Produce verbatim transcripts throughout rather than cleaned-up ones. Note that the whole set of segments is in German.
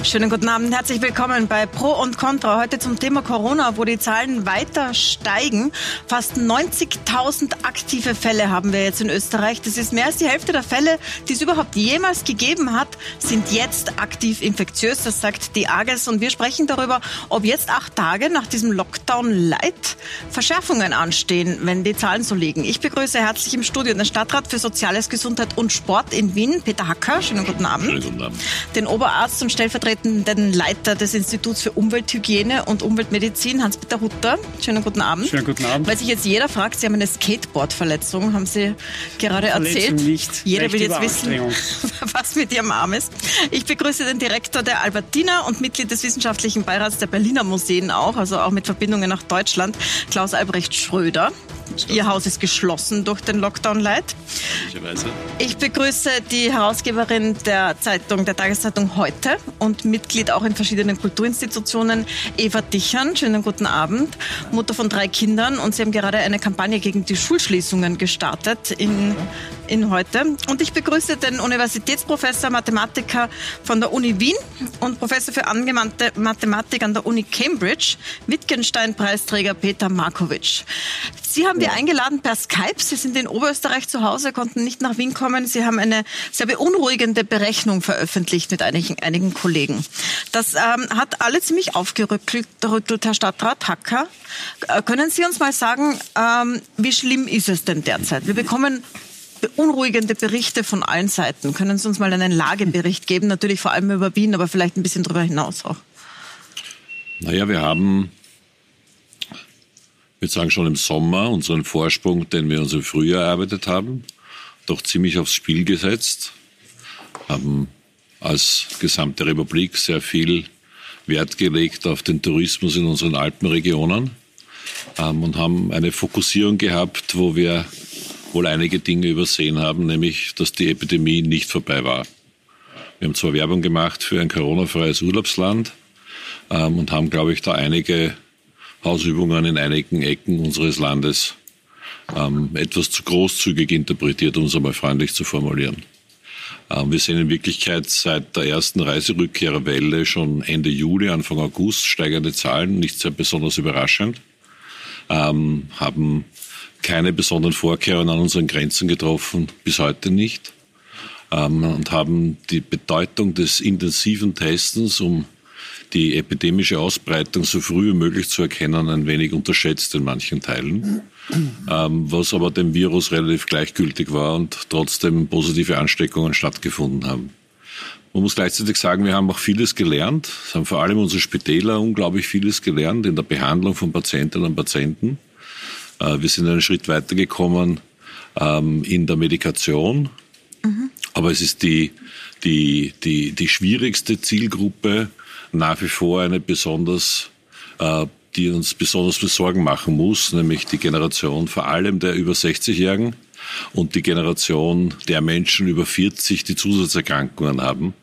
Schönen guten Abend, herzlich willkommen bei Pro und Contra. Heute zum Thema Corona, wo die Zahlen weiter steigen. Fast neunzigtausend aktive Fälle haben wir jetzt in Österreich. Das ist mehr als die Hälfte der Fälle, die es überhaupt jemals gegeben hat, sind jetzt aktiv infektiös. Das sagt die A G E S. Und wir sprechen darüber, ob jetzt acht Tage nach diesem Lockdown-Light Verschärfungen anstehen, wenn die Zahlen so liegen. Ich begrüße herzlich im Studio den Stadtrat für Soziales, Gesundheit und Sport in Wien, Peter Hacker. Schönen guten Abend. Schönen guten Abend. Den Oberarzt und stellvertretenden den Leiter des Instituts für Umwelthygiene und Umweltmedizin, Hans-Peter Hutter. Schönen guten Abend. Schönen guten Abend. Weil sich jetzt jeder fragt, Sie haben eine Skateboard-Verletzung, haben Sie gerade erzählt. Nicht. Jeder will jetzt wissen, was mit Ihrem Arm ist. Ich begrüße den Direktor der Albertina und Mitglied des Wissenschaftlichen Beirats der Berliner Museen auch, also auch mit Verbindungen nach Deutschland, Klaus Albrecht Schröder. Ihr Haus ist geschlossen durch den Lockdown-Light. Ich begrüße die Herausgeberin der Zeitung, der Tageszeitung Heute und Mitglied auch in verschiedenen Kulturinstitutionen, Eva Dichern. Schönen guten Abend. Mutter von drei Kindern und Sie haben gerade eine Kampagne gegen die Schulschließungen gestartet in, in Heute. Und ich begrüße den Universitätsprofessor, Mathematiker von der Uni Wien und Professor für angewandte Mathematik an der Uni Cambridge, Wittgenstein-Preisträger Peter Markovic. Sie haben wir eingeladen per Skype. Sie sind in Oberösterreich zu Hause, konnten nicht nach Wien kommen. Sie haben eine sehr beunruhigende Berechnung veröffentlicht mit einigen, einigen Kollegen. Das ähm, hat alle ziemlich aufgerüttelt, Herr Stadtrat Hacker. Äh, können Sie uns mal sagen, ähm, wie schlimm ist es denn derzeit? Wir bekommen beunruhigende Berichte von allen Seiten. Können Sie uns mal einen Lagebericht geben? Natürlich vor allem über Wien, aber vielleicht ein bisschen darüber hinaus auch. Naja, wir haben... Ich würde sagen, schon im Sommer unseren Vorsprung, den wir uns im Frühjahr erarbeitet haben, doch ziemlich aufs Spiel gesetzt, haben als gesamte Republik sehr viel Wert gelegt auf den Tourismus in unseren Alpenregionen ähm, und haben eine Fokussierung gehabt, wo wir wohl einige Dinge übersehen haben, nämlich, dass die Epidemie nicht vorbei war. Wir haben zwar Werbung gemacht für ein Corona-freies Urlaubsland ähm, und haben, glaube ich, da einige Hausübungen in einigen Ecken unseres Landes ähm, etwas zu großzügig interpretiert, um es einmal freundlich zu formulieren. Ähm, wir sehen in Wirklichkeit seit der ersten Reiserückkehrerwelle schon Ende Juli, Anfang August steigende Zahlen, nicht sehr besonders überraschend, ähm, haben keine besonderen Vorkehrungen an unseren Grenzen getroffen, bis heute nicht, ähm, und haben die Bedeutung des intensiven Testens, um die epidemische Ausbreitung so früh wie möglich zu erkennen, ein wenig unterschätzt in manchen Teilen, ähm, was aber dem Virus relativ gleichgültig war und trotzdem positive Ansteckungen stattgefunden haben. Man muss gleichzeitig sagen, wir haben auch vieles gelernt. Es haben vor allem unsere Spitäler unglaublich vieles gelernt in der Behandlung von Patientinnen und Patienten. Äh, wir sind einen Schritt weitergekommen ähm, in der Medikation, mhm. aber es ist die, die, die, die schwierigste Zielgruppe, nach wie vor eine besonders, äh, die uns besonders Sorgen machen muss, nämlich die Generation vor allem der über sechzigjährigen und die Generation der Menschen über vierzig, die Zusatzerkrankungen haben.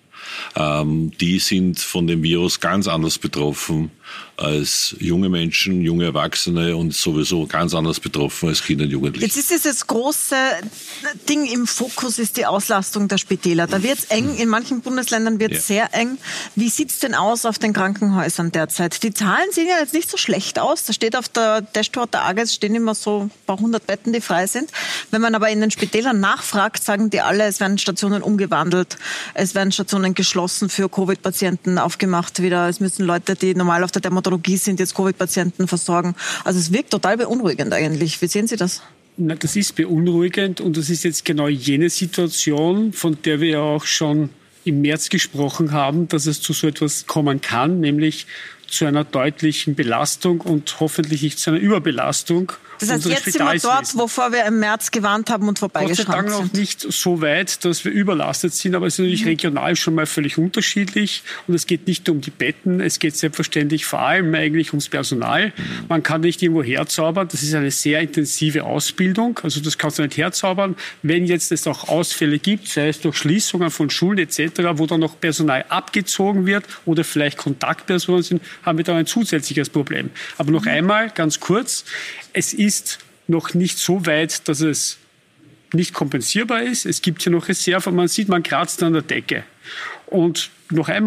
Ähm, die sind von dem Virus ganz anders betroffen als junge Menschen, junge Erwachsene und sowieso ganz anders betroffen als Kinder und Jugendliche. Jetzt ist das große Ding im Fokus, ist die Auslastung der Spitäler. Da wird es eng, in manchen Bundesländern wird es ja. sehr eng. Wie sieht es denn aus auf den Krankenhäusern derzeit? Die Zahlen sehen ja jetzt nicht so schlecht aus. Da steht auf der Dashboard der A G E S, stehen immer so ein paar hundert Betten, die frei sind. Wenn man aber in den Spitälern nachfragt, sagen die alle, es werden Stationen umgewandelt, es werden Stationen geschlossen für Covid-Patienten aufgemacht wieder. Es müssen Leute, die normal auf der Dermatologie sind, jetzt Covid-Patienten versorgen. Also es wirkt total beunruhigend eigentlich. Wie sehen Sie das? Na, das ist beunruhigend und das ist jetzt genau jene Situation, von der wir ja auch schon im März gesprochen haben, dass es zu so etwas kommen kann, nämlich zu einer deutlichen Belastung und hoffentlich nicht zu einer Überbelastung. Das heißt, jetzt sind wir dort, wovor wir im März gewarnt haben und vorbeigeschrammt sind. Gott sei Dank noch nicht so weit, dass wir überlastet sind, aber es ist natürlich regional schon mal völlig unterschiedlich. Und es geht nicht um die Betten, es geht selbstverständlich vor allem eigentlich ums Personal. Man kann nicht irgendwo herzaubern, das ist eine sehr intensive Ausbildung, also das kannst du nicht herzaubern. Wenn jetzt es auch Ausfälle gibt, sei es durch Schließungen von Schulen et cetera, wo dann noch Personal abgezogen wird oder vielleicht Kontaktpersonen sind, haben wir da ein zusätzliches Problem. Aber noch einmal, ganz kurz, es ist noch nicht so weit, dass es nicht kompensierbar ist. Es gibt hier noch Reserven. Man sieht, man kratzt an der Decke. Und noch einmal,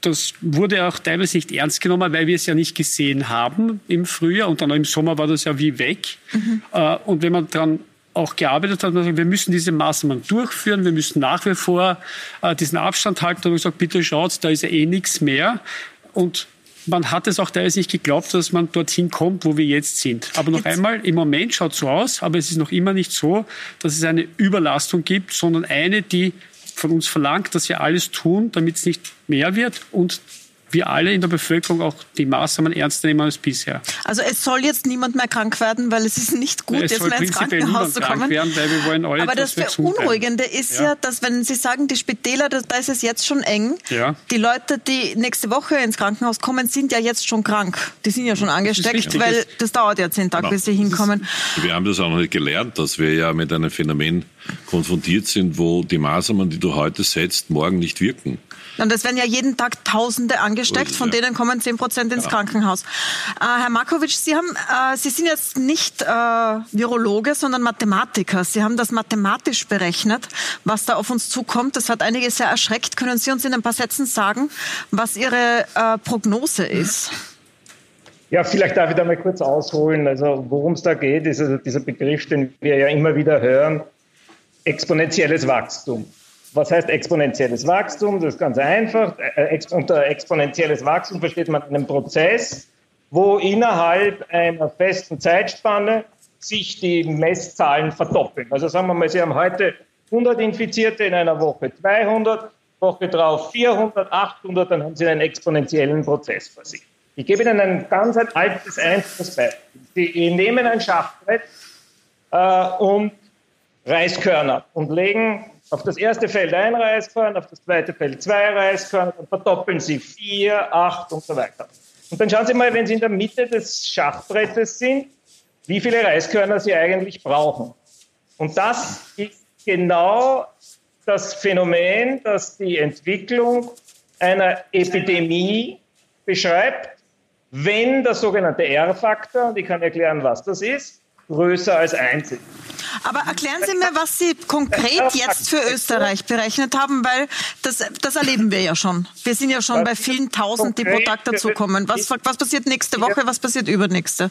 das wurde auch teilweise nicht ernst genommen, weil wir es ja nicht gesehen haben im Frühjahr und dann im Sommer war das ja wie weg. Mhm. Und wenn man dann auch gearbeitet hat, man sagt, wir müssen diese Maßnahmen durchführen, wir müssen nach wie vor diesen Abstand halten und gesagt, bitte schaut, da ist ja eh nichts mehr. Und man hat es auch teilweise nicht geglaubt, dass man dorthin kommt, wo wir jetzt sind. Aber noch jetzt. einmal, im Moment schaut es so aus, aber es ist noch immer nicht so, dass es eine Überlastung gibt, sondern eine, die von uns verlangt, dass wir alles tun, damit es nicht mehr wird und wir alle in der Bevölkerung auch die Maßnahmen ernster nehmen als bisher. Also es soll jetzt niemand mehr krank werden, weil es ist nicht gut, es jetzt mehr ins Krankenhaus zu kommen. Werden, weil wir wollen alle, aber das Beunruhigende ist ja. ja, dass wenn Sie sagen, die Spitäler, da ist es jetzt schon eng. Ja. Die Leute, die nächste Woche ins Krankenhaus kommen, sind ja jetzt schon krank. Die sind ja schon angesteckt, das weil das dauert ja zehn Tage, genau. bis sie hinkommen. Wir haben das auch noch nicht gelernt, dass wir ja mit einem Phänomen konfrontiert sind, wo die Maßnahmen, die du heute setzt, morgen nicht wirken. Und es werden ja jeden Tag Tausende angesteckt, von denen kommen zehn Prozent ins ja. Krankenhaus. Äh, Herr Markovic, Sie, haben, äh, Sie sind jetzt nicht äh, Virologe, sondern Mathematiker. Sie haben das mathematisch berechnet, was da auf uns zukommt. Das hat einige sehr erschreckt. Können Sie uns in ein paar Sätzen sagen, was Ihre äh, Prognose ist? Ja, vielleicht darf ich da mal kurz ausholen. Also worum es da geht, ist also dieser Begriff, den wir ja immer wieder hören, exponentielles Wachstum. Was heißt exponentielles Wachstum? Das ist ganz einfach. Unter exponentielles Wachstum versteht man einen Prozess, wo innerhalb einer festen Zeitspanne sich die Messzahlen verdoppeln. Also sagen wir mal, Sie haben heute hundert Infizierte, in einer Woche zweihundert, Woche drauf vierhundert, achthundert, dann haben Sie einen exponentiellen Prozess vor sich. Ich gebe Ihnen ein ganz ein altes, einfaches Beispiel. Sie nehmen ein Schachbrett äh, und Reiskörner und legen auf das erste Feld ein Reiskorn, auf das zweite Feld zwei Reiskörner, dann verdoppeln Sie vier, acht und so weiter. Und dann schauen Sie mal, wenn Sie in der Mitte des Schachbrettes sind, wie viele Reiskörner Sie eigentlich brauchen. Und das ist genau das Phänomen, das die Entwicklung einer Epidemie beschreibt, wenn der sogenannte R-Faktor, und ich kann erklären, was das ist, größer als eins ist. Aber erklären Sie mir, was Sie konkret jetzt für Österreich berechnet haben, weil das, das erleben wir ja schon. Wir sind ja schon bei vielen Tausend, die pro Tag dazukommen. Was, was passiert nächste Woche, was passiert übernächste?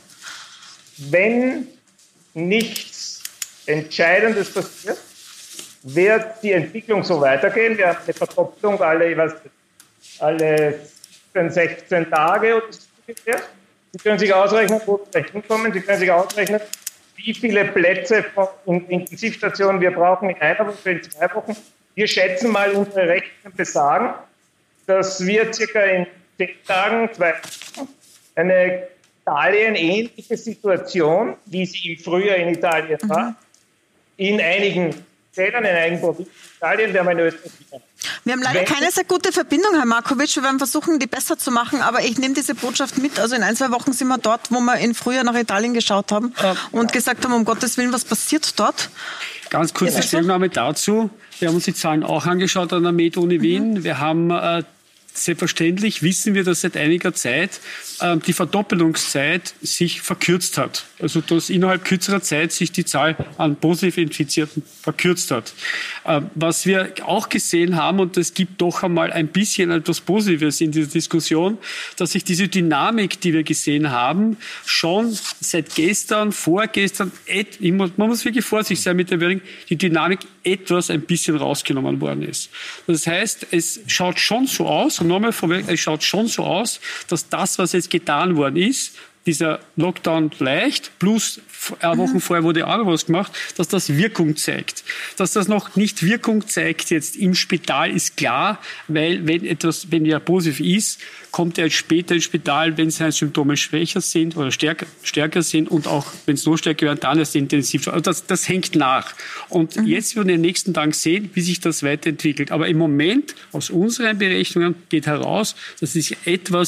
Wenn nichts Entscheidendes passiert, wird die Entwicklung so weitergehen. Wir haben eine Verdopplung alle, ich weiß, alle sechzehn Tage oder so. Sie können sich ausrechnen, wo wir hinkommen. Sie können sich ausrechnen, wie viele Plätze in Intensivstationen wir brauchen in einer Woche, in zwei Wochen. Wir schätzen mal, unsere Rechnungen besagen, dass wir circa in zehn Tagen, zwei Wochen, eine Italien-ähnliche Situation, wie sie im Frühjahr in Italien mhm. war, in einigen Städten, in einigen Provinzen in Italien, werden wir in Österreich wieder. Wir haben leider Wenn keine sehr gute Verbindung, Herr Markovic. Wir werden versuchen, die besser zu machen, aber ich nehme diese Botschaft mit. Also in ein, zwei Wochen sind wir dort, wo wir im Frühjahr nach Italien geschaut haben äh, und gesagt haben, um Gottes Willen, was passiert dort? Ganz kurze Stellungnahme dazu. Wir haben uns die Zahlen auch angeschaut an der Med-Uni Wien. Mhm. Wir haben äh, selbstverständlich, wissen wir, dass seit einiger Zeit äh, die Verdoppelungszeit sich verkürzt hat. Also dass innerhalb kürzerer Zeit sich die Zahl an positiv Infizierten verkürzt hat. Äh, was wir auch gesehen haben, und das gibt doch einmal ein bisschen etwas Positives in dieser Diskussion, dass sich diese Dynamik, die wir gesehen haben, schon seit gestern, vorgestern, et, man muss wirklich vorsichtig sein mit der Wording, die Dynamik etwas ein bisschen rausgenommen worden ist. Das heißt, es schaut schon so aus, und nochmal vorweg, es schaut schon so aus, dass das, was jetzt getan worden ist, dieser Lockdown leicht, plus eine Woche vorher wurde auch noch was gemacht, dass das Wirkung zeigt. Dass das noch nicht Wirkung zeigt jetzt im Spital, ist klar, weil wenn etwas, wenn er positiv ist, kommt er später ins Spital, wenn seine Symptome schwächer sind oder stärker, stärker sind und auch, wenn es noch stärker wird, dann erst intensiv. Also das, das hängt nach. Und mhm. jetzt werden wir in den nächsten Tagen sehen, wie sich das weiterentwickelt. Aber im Moment, aus unseren Berechnungen, geht heraus, dass sich etwas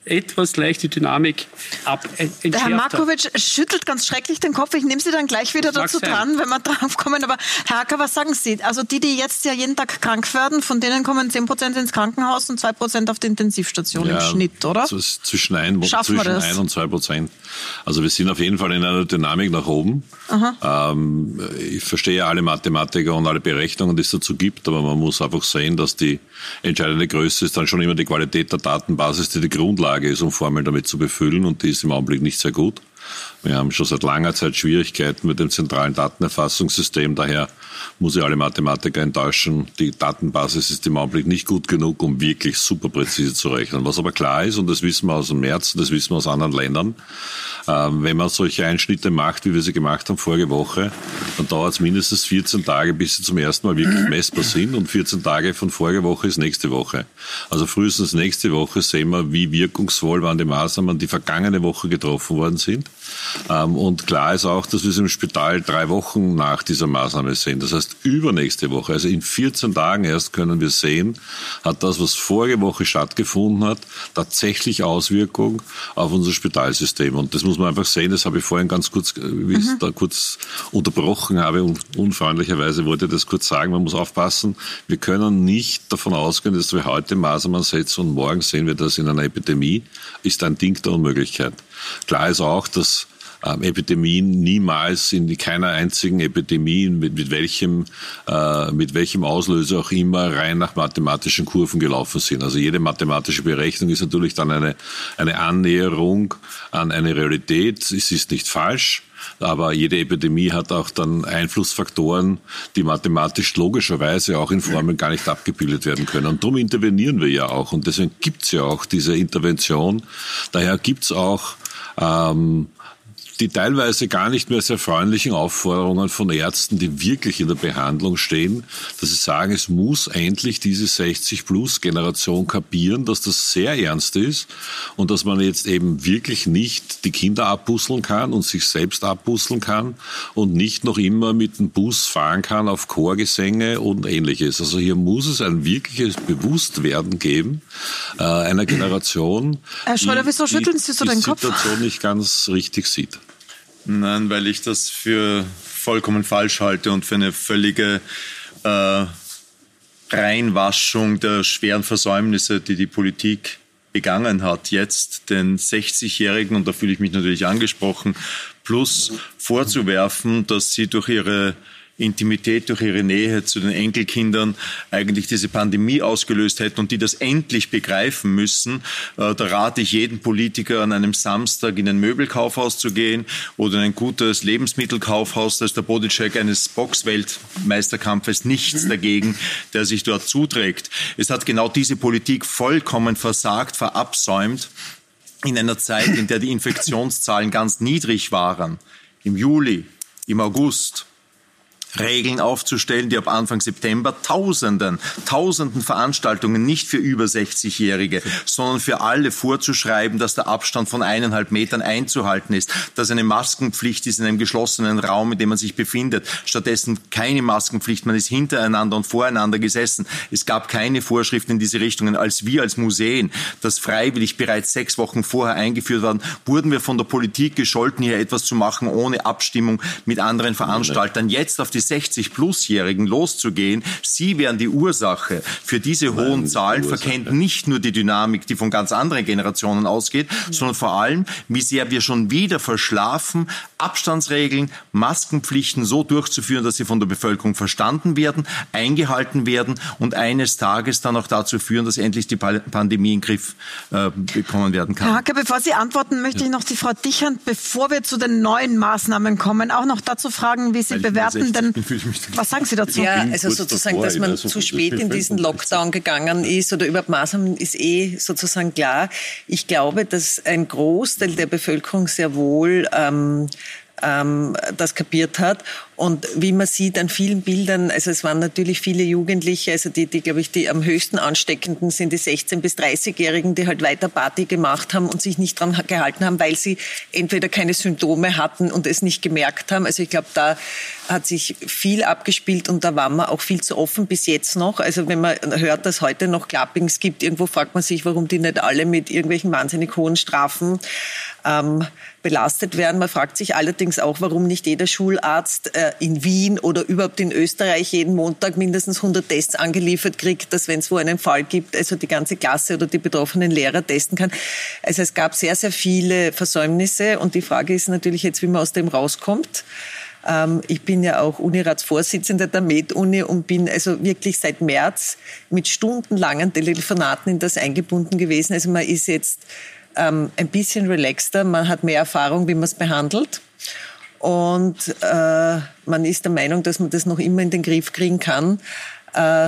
etwas leicht die Dynamik ab äh, entschärft. Der Herr Markovic schüttelt ganz schrecklich den Kopf. Ich nehme Sie dann gleich wieder das dazu dran, wenn wir drauf kommen. Aber Herr Acker, was sagen Sie? Also die, die jetzt ja jeden Tag krank werden, von denen kommen zehn Prozent ins Krankenhaus und zwei Prozent auf die Intensivstation ja, im Schnitt, oder? So zwischen ein, zwischen ein und zwei Prozent. Also wir sind auf jeden Fall in einer Dynamik nach oben. Ähm, ich verstehe alle Mathematiker und alle Berechnungen, die es dazu gibt, aber man muss einfach sehen, dass die entscheidende Größe ist dann schon immer die Qualität der Datenbasis, die die Grundlage ist, um Formeln damit zu befüllen, und die ist im Augenblick nicht sehr gut. Wir haben schon seit langer Zeit Schwierigkeiten mit dem zentralen Datenerfassungssystem. Daher muss ich alle Mathematiker enttäuschen. Die Datenbasis ist im Augenblick nicht gut genug, um wirklich super präzise zu rechnen. Was aber klar ist, und das wissen wir aus dem März, das wissen wir aus anderen Ländern, äh, wenn man solche Einschnitte macht, wie wir sie gemacht haben vorige Woche, dann dauert es mindestens vierzehn Tage, bis sie zum ersten Mal wirklich messbar sind. Und vierzehn Tage von voriger Woche ist nächste Woche. Also frühestens nächste Woche sehen wir, wie wirkungsvoll waren die Maßnahmen, die vergangene Woche getroffen worden sind. Ähm, und klar ist auch, dass wir es im Spital drei Wochen nach dieser Maßnahme sehen. Das heißt, übernächste Woche, also in vierzehn Tagen erst können wir sehen, hat das, was vorige Woche stattgefunden hat, tatsächlich Auswirkung auf unser Spitalsystem. Und das muss man einfach sehen. Das habe ich vorhin ganz kurz, wie ich es da kurz unterbrochen habe, und unfreundlicherweise wollte ich das kurz sagen. Man muss aufpassen. Wir können nicht davon ausgehen, dass wir heute Maßnahmen setzen und morgen sehen wir das in einer Epidemie. Ist ein Ding der Unmöglichkeit. Klar ist auch, dass ähm, Epidemien niemals in keiner einzigen Epidemie, mit, mit welchem äh, mit welchem Auslöser auch immer, rein nach mathematischen Kurven gelaufen sind. Also jede mathematische Berechnung ist natürlich dann eine eine Annäherung an eine Realität. Es ist nicht falsch. Aber jede Epidemie hat auch dann Einflussfaktoren, die mathematisch logischerweise auch in Formeln gar nicht abgebildet werden können. Und darum intervenieren wir ja auch. Und deswegen gibt's ja auch diese Intervention. Daher gibt's auch ähm, die teilweise gar nicht mehr sehr freundlichen Aufforderungen von Ärzten, die wirklich in der Behandlung stehen, dass sie sagen, es muss endlich diese sechzig-plus-Generation kapieren, dass das sehr ernst ist und dass man jetzt eben wirklich nicht die Kinder abbusseln kann und sich selbst abbusseln kann und nicht noch immer mit dem Bus fahren kann auf Chorgesänge und Ähnliches. Also hier muss es ein wirkliches Bewusstwerden geben äh, einer Generation, Herr Schröder, wieso schütteln Sie so den Kopf? Die Situation nicht ganz richtig sieht. Nein, weil ich das für vollkommen falsch halte und für eine völlige äh, Reinwaschung der schweren Versäumnisse, die die Politik begangen hat, jetzt den sechzigjährigen, und da fühle ich mich natürlich angesprochen, plus vorzuwerfen, dass sie durch ihre Intimität, durch ihre Nähe zu den Enkelkindern eigentlich diese Pandemie ausgelöst hätten und die das endlich begreifen müssen. Da rate ich jedem Politiker, an einem Samstag in ein Möbelkaufhaus zu gehen oder in ein gutes Lebensmittelkaufhaus. Da ist der Bodycheck eines Boxweltmeisterkampfes nichts dagegen, der sich dort zuträgt. Es hat genau diese Politik vollkommen versagt, verabsäumt, in einer Zeit, in der die Infektionszahlen ganz niedrig waren. Im Juli, im August. Regeln aufzustellen, die ab Anfang September Tausenden, Tausenden Veranstaltungen nicht für über sechzigjährige, sondern für alle vorzuschreiben, dass der Abstand von eineinhalb Metern einzuhalten ist, dass eine Maskenpflicht ist in einem geschlossenen Raum, in dem man sich befindet. Stattdessen keine Maskenpflicht, man ist hintereinander und voreinander gesessen. Es gab keine Vorschriften in diese Richtungen. Als wir als Museen, das freiwillig bereits sechs Wochen vorher eingeführt waren, wurden wir von der Politik gescholten, hier etwas zu machen, ohne Abstimmung mit anderen Veranstaltern. Jetzt auf die sechzig-plus-Jährigen loszugehen, sie wären die Ursache für diese hohen Nein, Zahlen, verkennt nicht nur die Dynamik, die von ganz anderen Generationen ausgeht, ja. sondern vor allem, wie sehr wir schon wieder verschlafen, Abstandsregeln, Maskenpflichten so durchzuführen, dass sie von der Bevölkerung verstanden werden, eingehalten werden und eines Tages dann auch dazu führen, dass endlich die Pandemie in den Griff äh, bekommen werden kann. Herr Hacker, bevor Sie antworten, möchte ja. ich noch die Frau Dichand, bevor wir zu den neuen Maßnahmen kommen, auch noch dazu fragen, wie Sie Weil bewerten, denn was sagen Sie dazu? Ja, also sozusagen, dass man zu spät in diesen Lockdown gegangen ist oder überhaupt Maßnahmen, ist eh sozusagen klar. Ich glaube, dass ein Großteil der Bevölkerung sehr wohl ähm, ähm, das kapiert hat. Und wie man sieht an vielen Bildern, also es waren natürlich viele Jugendliche, also die, die glaube ich, die am höchsten ansteckenden sind die sechzehn- bis dreißigjährigen, die halt weiter Party gemacht haben und sich nicht dran gehalten haben, weil sie entweder keine Symptome hatten und es nicht gemerkt haben. Also ich glaube, da hat sich viel abgespielt und da waren wir auch viel zu offen bis jetzt noch. Also wenn man hört, dass heute noch Klappings gibt, irgendwo fragt man sich, warum die nicht alle mit irgendwelchen wahnsinnig hohen Strafen ähm, belastet werden. Man fragt sich allerdings auch, warum nicht jeder Schularzt äh, in Wien oder überhaupt in Österreich jeden Montag mindestens hundert Tests angeliefert kriegt, dass wenn es wo einen Fall gibt, also die ganze Klasse oder die betroffenen Lehrer testen kann. Also es gab sehr, sehr viele Versäumnisse und die Frage ist natürlich jetzt, wie man aus dem rauskommt. Ähm, ich bin ja auch Uniratsvorsitzende der Med-Uni und bin also wirklich seit März mit stundenlangen Telefonaten in das eingebunden gewesen. Also man ist jetzt ähm, ein bisschen relaxter, man hat mehr Erfahrung, wie man es behandelt. Und äh, man ist der Meinung, dass man das noch immer in den Griff kriegen kann. Äh,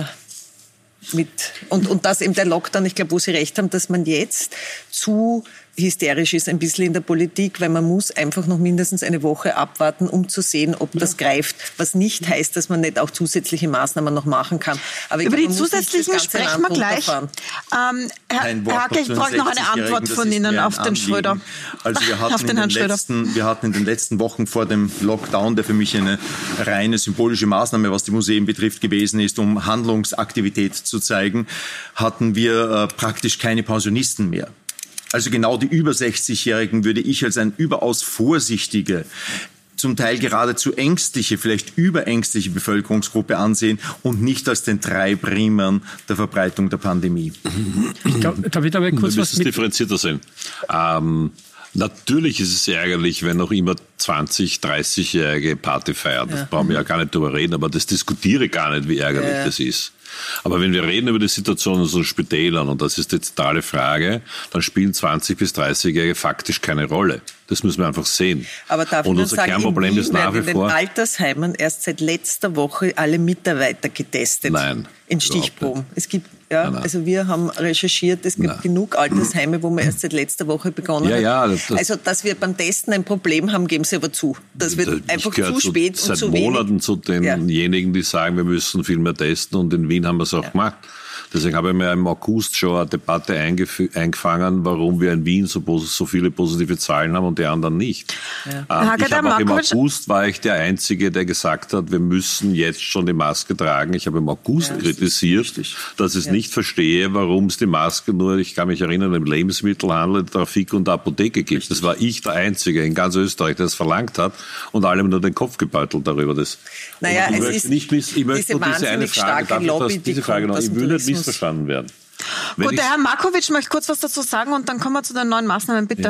mit, und, und dass eben der Lockdown, ich glaube, wo Sie recht haben, dass man jetzt zu hysterisch ist ein bisschen in der Politik, weil man muss einfach noch mindestens eine Woche abwarten, um zu sehen, ob das ja. greift. Was nicht heißt, dass man nicht auch zusätzliche Maßnahmen noch machen kann. Aber über glaub, die zusätzlichen sprechen wir gleich. Ähm, Herr Hacke, ich brauche noch eine Antwort von Ihnen auf den Schröder. Also wir hatten, auf den in den letzten, wir hatten in den letzten Wochen vor dem Lockdown, der für mich eine reine symbolische Maßnahme, was die Museen betrifft, gewesen ist, um Handlungsaktivität zu zeigen, hatten wir äh, praktisch keine Pensionisten mehr. Also genau die über sechzigjährigen würde ich als eine überaus vorsichtige, zum Teil geradezu ängstliche, vielleicht überängstliche Bevölkerungsgruppe ansehen und nicht als den Treibriemen der Verbreitung der Pandemie. Ich glaube, da wird aber kurz Wir was müssen mit... differenzierter sein. Ähm, natürlich ist es ärgerlich, wenn noch immer zwanzig-, dreißigjährige Party feiern. Das ja. brauchen wir ja gar nicht drüber reden, aber das diskutiere ich gar nicht, wie ärgerlich ja. das ist. Aber wenn wir reden über die Situation in unseren Spitälern, und das ist die zentrale Frage, dann spielen zwanzig- bis dreißigjährige faktisch keine Rolle. Das müssen wir einfach sehen. Aber darf und ich unser sagen, Kernproblem in Wien ist nach wie werden in vor... den Altersheimen erst seit letzter Woche alle Mitarbeiter getestet. Nein. In Stichproben. Es gibt, ja, nein, nein. Also wir haben recherchiert, es gibt nein. genug Altersheime, wo man erst seit letzter Woche begonnen ja, ja, hat. Das, das also, dass wir beim Testen ein Problem haben, geben Sie aber zu. Das wird ich einfach zu spät zu, und zu seit wenig. Seit Monaten zu denjenigen, die sagen, wir müssen viel mehr testen, und in Wien haben wir es auch ja. gemacht. Deswegen habe ich mir im August schon eine Debatte eingef- eingefangen, warum wir in Wien so, so viele positive Zahlen haben und die anderen nicht. Ja. Ähm, ich habe auch im August war ich der Einzige, der gesagt hat, wir müssen jetzt schon die Maske tragen. Ich habe im August ja, kritisiert, dass ich ja. nicht verstehe, warum es die Maske nur, ich kann mich erinnern, im Lebensmittelhandel, Trafik und der Apotheke gibt. Richtig. Das war ich der Einzige in ganz Österreich, der das verlangt hat, und alle haben nur den Kopf gebeutelt darüber. Das, naja, ich es möchte ist nicht, ich möchte diese nur diese eine Frage, darf ich Lobby, das, diese Frage noch, ich will nicht missverstanden werden. Wenn Gut, der Herr Markovic möchte kurz was dazu sagen und dann kommen wir zu den neuen Maßnahmen, bitte. Ja.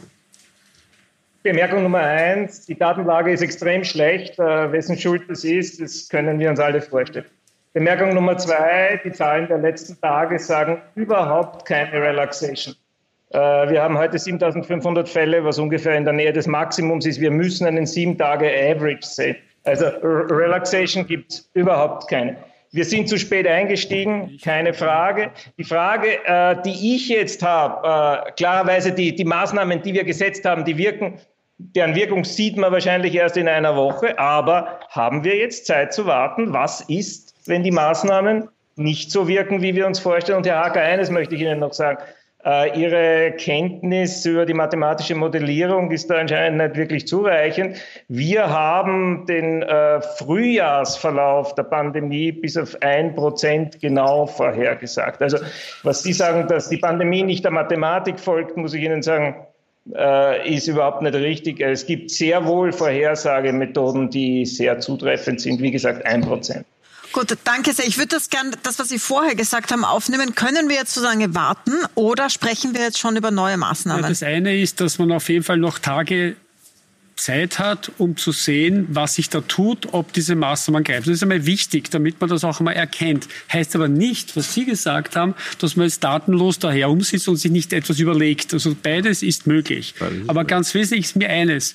Bemerkung Nummer eins, die Datenlage ist extrem schlecht. Äh, wessen Schuld das ist, das können wir uns alle vorstellen. Bemerkung Nummer zwei, die Zahlen der letzten Tage sagen überhaupt keine Relaxation. Äh, wir haben heute siebentausendfünfhundert Fälle, was ungefähr in der Nähe des Maximums ist. Wir müssen einen sieben Tage Average sehen. Also R- Relaxation gibt es überhaupt keine. Wir sind zu spät eingestiegen, keine Frage. Die Frage, äh, die ich jetzt habe, äh, klarerweise die, die Maßnahmen, die wir gesetzt haben, die wirken, deren Wirkung sieht man wahrscheinlich erst in einer Woche. Aber haben wir jetzt Zeit zu warten? Was ist, wenn die Maßnahmen nicht so wirken, wie wir uns vorstellen? Und Herr Hacker, eines möchte ich Ihnen noch sagen. Äh, Ihre Kenntnis über die mathematische Modellierung ist da anscheinend nicht wirklich zureichend. Wir haben den äh, Frühjahrsverlauf der Pandemie bis auf ein Prozent genau vorhergesagt. Also was Sie sagen, dass die Pandemie nicht der Mathematik folgt, muss ich Ihnen sagen, äh, ist überhaupt nicht richtig. Es gibt sehr wohl Vorhersagemethoden, die sehr zutreffend sind. Wie gesagt, ein Prozent. Gut, danke sehr. Ich würde das gerne, das, was Sie vorher gesagt haben, aufnehmen. Können wir jetzt so lange warten oder sprechen wir jetzt schon über neue Maßnahmen? Ja, das eine ist, dass man auf jeden Fall noch Tage Zeit hat, um zu sehen, was sich da tut, ob diese Maßnahmen greifen. Das ist einmal wichtig, damit man das auch einmal erkennt. Heißt aber nicht, was Sie gesagt haben, dass man jetzt datenlos daher umsitzt und sich nicht etwas überlegt. Also beides ist möglich. Aber ganz wesentlich ist mir eines.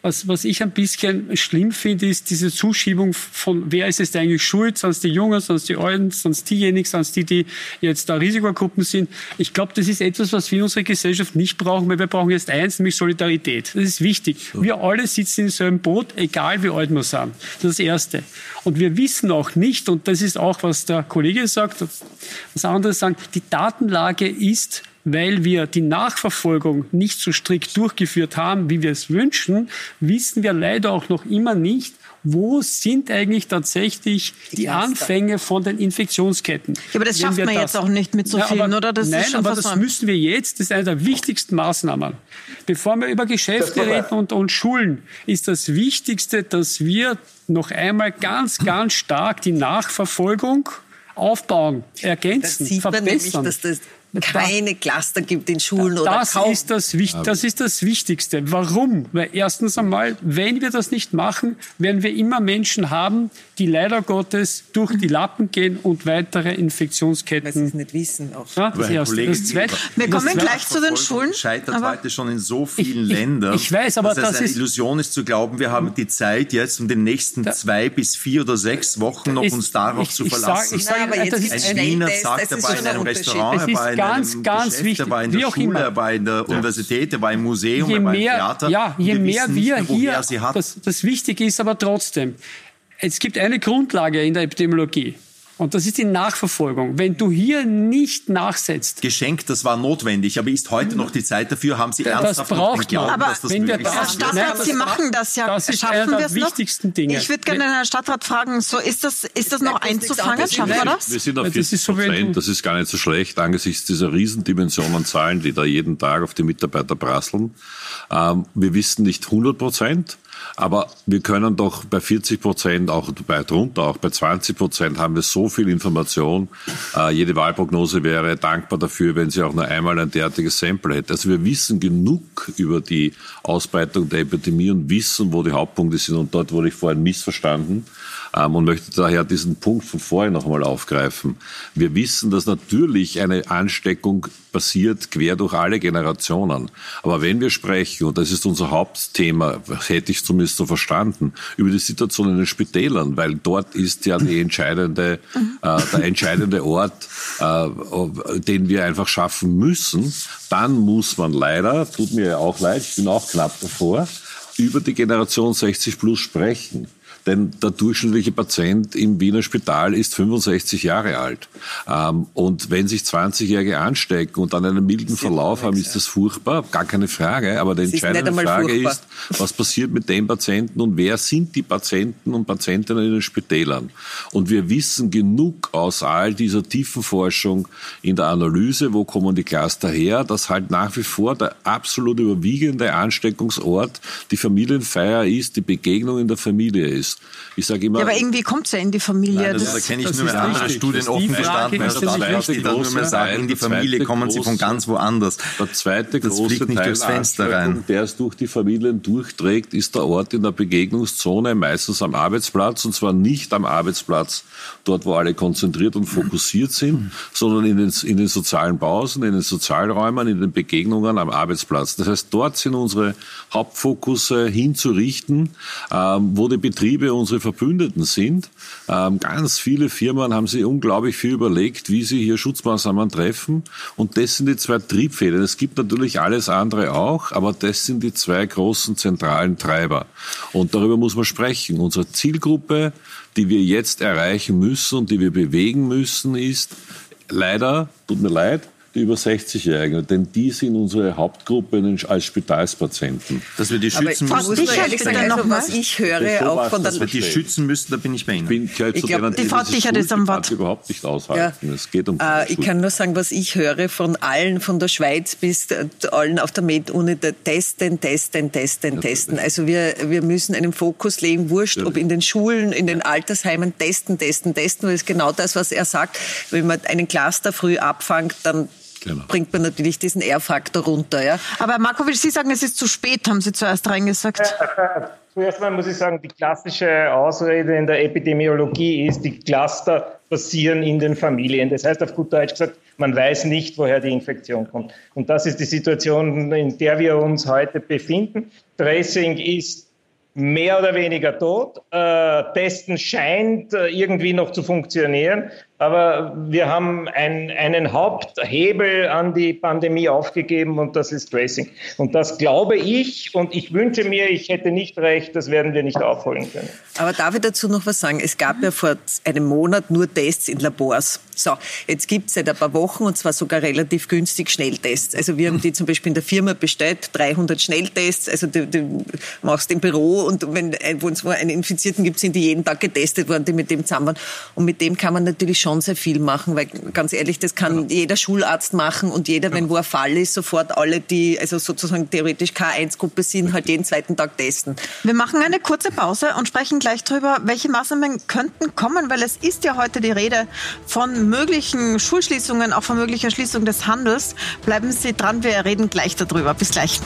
Was, was ich ein bisschen schlimm finde, ist diese Zuschiebung von, wer ist es eigentlich schuld? Sind es die Jungen, sind es die Alten, sind es diejenigen, sind es die, die jetzt da Risikogruppen sind? Ich glaube, das ist etwas, was wir in unserer Gesellschaft nicht brauchen, weil wir brauchen jetzt eins, nämlich Solidarität. Das ist wichtig. Wir alle sitzen im selben Boot, egal wie alt wir sind. Das ist das Erste. Und wir wissen auch nicht, und das ist auch, was der Kollege sagt, was andere sagen, die Datenlage ist, weil wir die Nachverfolgung nicht so strikt durchgeführt haben, wie wir es wünschen, wissen wir leider auch noch immer nicht, wo sind eigentlich tatsächlich die, die Anfänge von den Infektionsketten. Ja, aber das schafft man das, jetzt auch nicht mit so ja, vielen, oder? Das nein, ist schon aber das müssen wir jetzt, das ist eine der wichtigsten Maßnahmen. Bevor wir über Geschäfte reden und, und Schulen, ist das Wichtigste, dass wir noch einmal ganz, ganz stark die Nachverfolgung aufbauen, ergänzen, das sieht man verbessern. Nämlich, dass das keine Cluster gibt in Schulen oder das kaum. Ist das, das ist das Wichtigste. Warum? Weil erstens einmal, wenn wir das nicht machen, werden wir immer Menschen haben, die leider Gottes durch die Lappen gehen und weitere Infektionsketten. Weil sie es nicht wissen. Auch. Ja, das Erste. Das Zweite. Wir kommen gleich zu den Schulen. Scheitert heute schon in so vielen ich, ich, Ländern. Ich weiß, aber dass das es eine ist Illusion ist zu glauben, wir haben die Zeit jetzt um den nächsten da, zwei bis vier oder sechs Wochen noch ist, uns darauf ich, zu verlassen. Ich sag, ich sag, Nein, das ist ein Wiener sagt, er war in einem Restaurant, er war in ganz, einem ganz Geschäft, wichtig, er war in der Schule, er war in der Universität, er war im Museum, je er war im mehr, Theater. Ja, je wir mehr wir nicht, hier, sie hat. das, das Wichtige ist aber trotzdem, es gibt eine Grundlage in der Epidemiologie. Und das ist die Nachverfolgung. Wenn du hier nicht nachsetzt. Geschenkt, das war notwendig, aber ist heute noch die Zeit dafür? Haben Sie das ernsthaft braucht noch geglaubt, aber dass das wenn möglich wir ist? Herr Stadtrat, Sie machen das ja. Das ist Schaffen einer der wir es wichtigsten noch? Dinge. Ich würde gerne den Herrn Stadtrat fragen, so ist das, ist das noch einzufangen? Schaffen wir das? Wir sind auf vierzig Prozent, das ist gar nicht so schlecht, angesichts dieser Riesendimension an Zahlen, die da jeden Tag auf die Mitarbeiter prasseln. Ähm, wir wissen nicht hundert Prozent. Aber wir können doch bei vierzig Prozent, auch bei drunter, auch bei zwanzig Prozent haben wir so viel Information. Äh, jede Wahlprognose wäre dankbar dafür, wenn sie auch nur einmal ein derartiges Sample hätte. Also wir wissen genug über die Ausbreitung der Epidemie und wissen, wo die Hauptpunkte sind. Und dort wurde ich vorhin missverstanden ähm, und möchte daher diesen Punkt von vorhin noch einmal aufgreifen. Wir wissen, dass natürlich eine Ansteckung passiert quer durch alle Generationen. Aber wenn wir sprechen, und das ist unser Hauptthema, hätte ich zumindest so verstanden, über die Situation in den Spitälern, weil dort ist ja die entscheidende, äh, der entscheidende Ort, äh, den wir einfach schaffen müssen, dann muss man leider, tut mir ja auch leid, ich bin auch knapp davor, über die Generation sechzig plus sprechen. Denn der durchschnittliche Patient im Wiener Spital ist fünfundsechzig Jahre alt. Ähm, und wenn sich zwanzigjährige anstecken und dann einen milden Verlauf haben, ist das furchtbar, gar keine Frage. Aber die entscheidende Frage furchtbar. ist, was passiert mit den Patienten und wer sind die Patienten und Patientinnen in den Spitälern? Und wir wissen genug aus all dieser tiefen Forschung in der Analyse, wo kommen die Cluster her, dass halt nach wie vor der absolut überwiegende Ansteckungsort die Familienfeier ist, die Begegnung in der Familie ist. Ich sage immer, ja, aber irgendwie kommt es ja in die Familie. Nein, das, das, da kenne ich nur andere Studien offen gestanden, als die dann nur mehr sagen, in die Familie kommen sie von ganz woanders. Der zweite das große fliegt nicht Teil durchs Fenster rein. Der es durch die Familien durchträgt, ist der Ort in der Begegnungszone, meistens am Arbeitsplatz, und zwar nicht am Arbeitsplatz, dort wo alle konzentriert und fokussiert sind, sondern in den, in den sozialen Pausen, in den Sozialräumen, in den Begegnungen am Arbeitsplatz. Das heißt, dort sind unsere Hauptfokusse hinzurichten, ähm, wo die Betriebe unsere Verbündeten sind. Ähm, ganz viele Firmen haben sich unglaublich viel überlegt, wie sie hier Schutzmaßnahmen treffen. Und das sind die zwei Triebfäden. Es gibt natürlich alles andere auch, aber das sind die zwei großen zentralen Treiber. Und darüber muss man sprechen. Unsere Zielgruppe, die wir jetzt erreichen müssen und die wir bewegen müssen, ist leider, tut mir leid, die über sechzigjährigen, denn die sind unsere Hauptgruppe als Spitalspatienten. Dass wir die schützen müssen. Muss ehrlich sagen, also was ich höre, so auch von der... Dass wir die schützen müssen, da bin ich bei Ihnen. Bin, ich ich glaube, die Frau Dichert ist am Wort. überhaupt nicht aushalten. Ja. Es geht um äh, ich kann nur sagen, was ich höre von allen, von der Schweiz bis äh, allen auf der Med-Uni, testen, testen, testen, ja, testen. Also wir, wir müssen einen Fokus legen, wurscht, ja, ob in den Schulen, in den Altersheimen, testen, testen, testen, weil es genau das, was er sagt. Wenn man einen Cluster früh abfängt, dann Genau. bringt man natürlich diesen R-Faktor runter. Ja? Aber Markovic, Sie sagen, es ist zu spät, haben Sie zuerst reingesagt. Zuerst mal muss ich sagen, die klassische Ausrede in der Epidemiologie ist, die Cluster passieren in den Familien. Das heißt auf gut Deutsch gesagt, man weiß nicht, woher die Infektion kommt. Und das ist die Situation, in der wir uns heute befinden. Tracing ist mehr oder weniger tot. Äh, Testen scheint äh, irgendwie noch zu funktionieren, aber wir haben ein, einen Haupthebel an die Pandemie aufgegeben und das ist Tracing. Und das glaube ich und ich wünsche mir, ich hätte nicht recht, das werden wir nicht aufholen können. Aber darf ich dazu noch was sagen? Es gab ja vor einem Monat nur Tests in Labors. So, jetzt gibt es seit ein paar Wochen und zwar sogar relativ günstig Schnelltests. Also wir haben die zum Beispiel in der Firma bestellt, dreihundert Schnelltests. Also du, du machst im Büro und wenn es einen Infizierten gibt, sind die jeden Tag getestet worden, die mit dem zusammen waren. Und mit dem kann man natürlich schon sehr viel machen, weil ganz ehrlich, das kann genau. jeder Schularzt machen und jeder, genau. wenn wo ein Fall ist, sofort alle, die also sozusagen theoretisch K eins Gruppe sind, halt jeden zweiten Tag testen. Wir machen eine kurze Pause und sprechen gleich drüber, welche Maßnahmen könnten kommen, weil es ist ja heute die Rede von möglichen Schulschließungen, auch von möglicher Schließung des Handels. Bleiben Sie dran, wir reden gleich darüber. Bis gleich.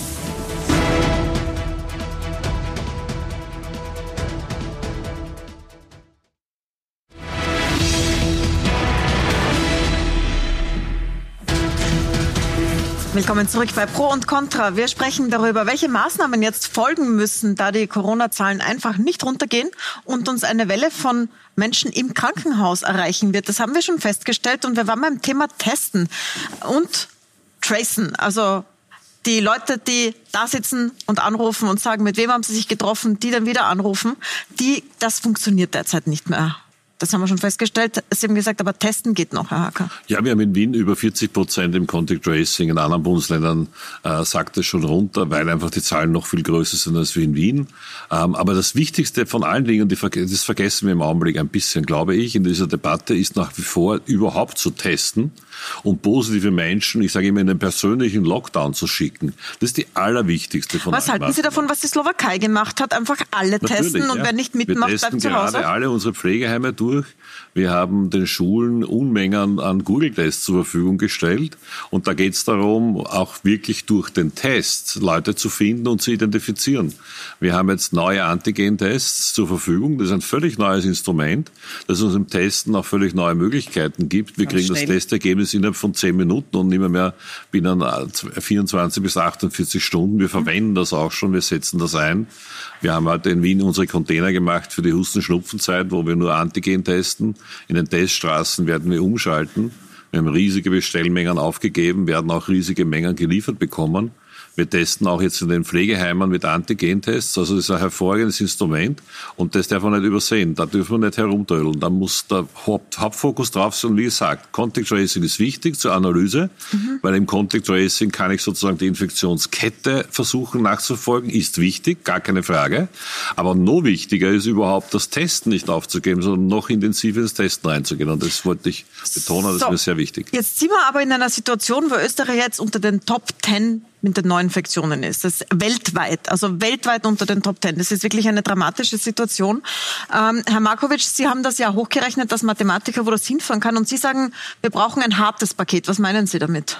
Willkommen zurück bei Pro und Contra. Wir sprechen darüber, welche Maßnahmen jetzt folgen müssen, da die Corona-Zahlen einfach nicht runtergehen und uns eine Welle von Menschen im Krankenhaus erreichen wird. Das haben wir schon festgestellt und wir waren beim Thema Testen und Tracen. Also die Leute, die da sitzen und anrufen und sagen, mit wem haben sie sich getroffen, die dann wieder anrufen, die, das funktioniert derzeit nicht mehr. Das haben wir schon festgestellt. Sie haben gesagt, aber testen geht noch, Herr Hacker. Ja, wir haben in Wien über vierzig Prozent im Contact Tracing. In anderen Bundesländern äh, sagt es schon runter, weil einfach die Zahlen noch viel größer sind als wir in Wien. Ähm, aber das Wichtigste von allen Dingen, die, das vergessen wir im Augenblick ein bisschen, glaube ich, in dieser Debatte ist nach wie vor überhaupt zu testen und positive Menschen, ich sage immer, in den persönlichen Lockdown zu schicken. Das ist die allerwichtigste von allen. Was halten Sie davon, was die Slowakei gemacht hat? Einfach alle Natürlich, testen und ja. wer nicht mitmacht, bleibt zu Hause? Wir testen gerade alle unsere Pflegeheime durch. Wir haben den Schulen Unmengen an Google-Tests zur Verfügung gestellt. Und da geht es darum, auch wirklich durch den Test Leute zu finden und zu identifizieren. Wir haben jetzt neue Antigen-Tests zur Verfügung. Das ist ein völlig neues Instrument, das uns im Testen auch völlig neue Möglichkeiten gibt. Wir Ganz kriegen schnell. das Testergebnis innerhalb von zehn Minuten und nicht mehr, mehr binnen vierundzwanzig bis achtundvierzig Stunden. Wir verwenden das auch schon, wir setzen das ein. Wir haben heute in Wien unsere Container gemacht für die Husten-Schnupfenzeit, wo wir nur Antigen testen. In den Teststraßen werden wir umschalten. Wir haben riesige Bestellmengen aufgegeben, werden auch riesige Mengen geliefert bekommen. Wir testen auch jetzt in den Pflegeheimen mit Antigen-Tests. Also das ist ein hervorragendes Instrument und das darf man nicht übersehen. Da dürfen wir nicht herumtrödeln. Da muss der Haupt- Hauptfokus drauf sein. Wie gesagt, Contact Tracing ist wichtig zur Analyse, mhm. weil im Contact Tracing kann ich sozusagen die Infektionskette versuchen nachzufolgen. Ist wichtig, gar keine Frage. Aber noch wichtiger ist überhaupt das Testen nicht aufzugeben, sondern noch intensiver ins Testen reinzugehen. Und das wollte ich betonen, das so, ist mir sehr wichtig. Jetzt sind wir aber in einer Situation, wo Österreich jetzt unter den Top Ten mit den Neuinfektionen ist. Das ist weltweit, also weltweit unter den Top Ten. Das ist wirklich eine dramatische Situation. Ähm, Herr Markovic, Sie haben das ja hochgerechnet, als Mathematiker, wo das hinfahren kann. Und Sie sagen, wir brauchen ein hartes Paket. Was meinen Sie damit?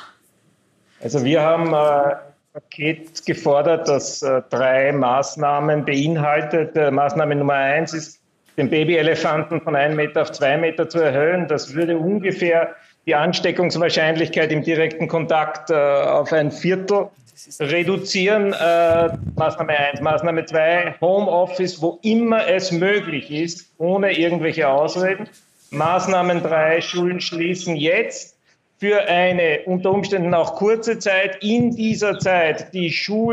Also wir haben äh, ein Paket gefordert, das äh, drei Maßnahmen beinhaltet. Äh, Maßnahme Nummer eins ist, den Babyelefanten von einem Meter auf zwei Meter zu erhöhen. Das würde ungefähr die Ansteckungswahrscheinlichkeit im direkten Kontakt äh, auf ein Viertel reduzieren. Äh, Maßnahme eins. Maßnahme zwei, Homeoffice, wo immer es möglich ist, ohne irgendwelche Ausreden. Maßnahmen drei, Schulen schließen jetzt für eine unter Umständen auch kurze Zeit. In dieser Zeit die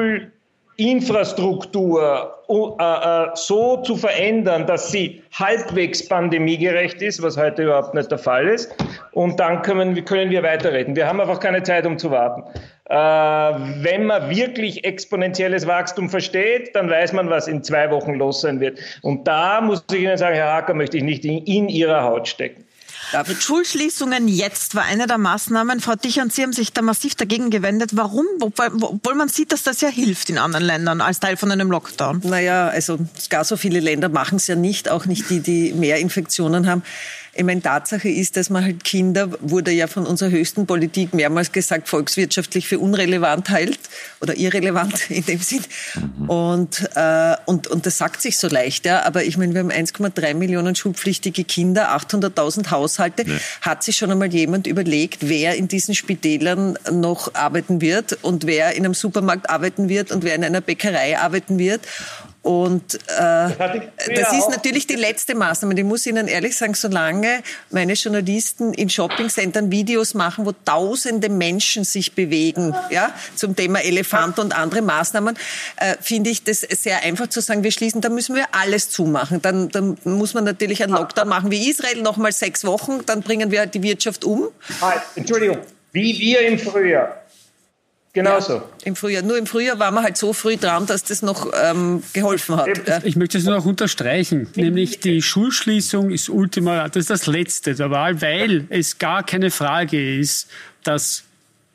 Schulinfrastruktur äh, äh, so zu verändern, dass sie halbwegs pandemiegerecht ist, was heute überhaupt nicht der Fall ist. Und dann können, können wir weiterreden. Wir haben einfach keine Zeit, um zu warten. Äh, wenn man wirklich exponentielles Wachstum versteht, dann weiß man, was in zwei Wochen los sein wird. Und da muss ich Ihnen sagen, Herr Hacker, möchte ich nicht in, in Ihrer Haut stecken. David, Schulschließungen jetzt war eine der Maßnahmen. Frau Dichern, Sie haben sich da massiv dagegen gewendet. Warum? Obwohl man sieht, dass das ja hilft in anderen Ländern als Teil von einem Lockdown. Naja, also gar so viele Länder machen es ja nicht, auch nicht die, die mehr Infektionen haben. Ich meine, Tatsache ist, dass man halt Kinder, wurde ja von unserer höchsten Politik mehrmals gesagt, volkswirtschaftlich für unrelevant hält oder irrelevant in dem Sinn. Mhm. Und, äh, und, und das sagt sich so leicht, ja. Aber ich meine, wir haben eins Komma drei Millionen schulpflichtige Kinder, achthunderttausend Haushalte. Ja. Hat sich schon einmal jemand überlegt, wer in diesen Spitälern noch arbeiten wird und wer in einem Supermarkt arbeiten wird und wer in einer Bäckerei arbeiten wird? Und äh, das ist natürlich die letzte Maßnahme. Ich muss Ihnen ehrlich sagen, solange meine Journalisten in Shoppingcentern Videos machen, wo tausende Menschen sich bewegen, ja, zum Thema Elefant und andere Maßnahmen, äh, finde ich das sehr einfach zu sagen, wir schließen, da müssen wir alles zumachen. Dann, dann muss man natürlich einen Lockdown machen wie Israel, nochmal sechs Wochen, dann bringen wir die Wirtschaft um. Entschuldigung, wie wir im Frühjahr. Genauso. Ja, im Frühjahr. Nur im Frühjahr waren wir halt so früh dran, dass das noch ähm, geholfen hat. Ich möchte es nur noch unterstreichen, nämlich die Schulschließung ist ultima, das ist das Letzte der Wahl, weil es gar keine Frage ist, dass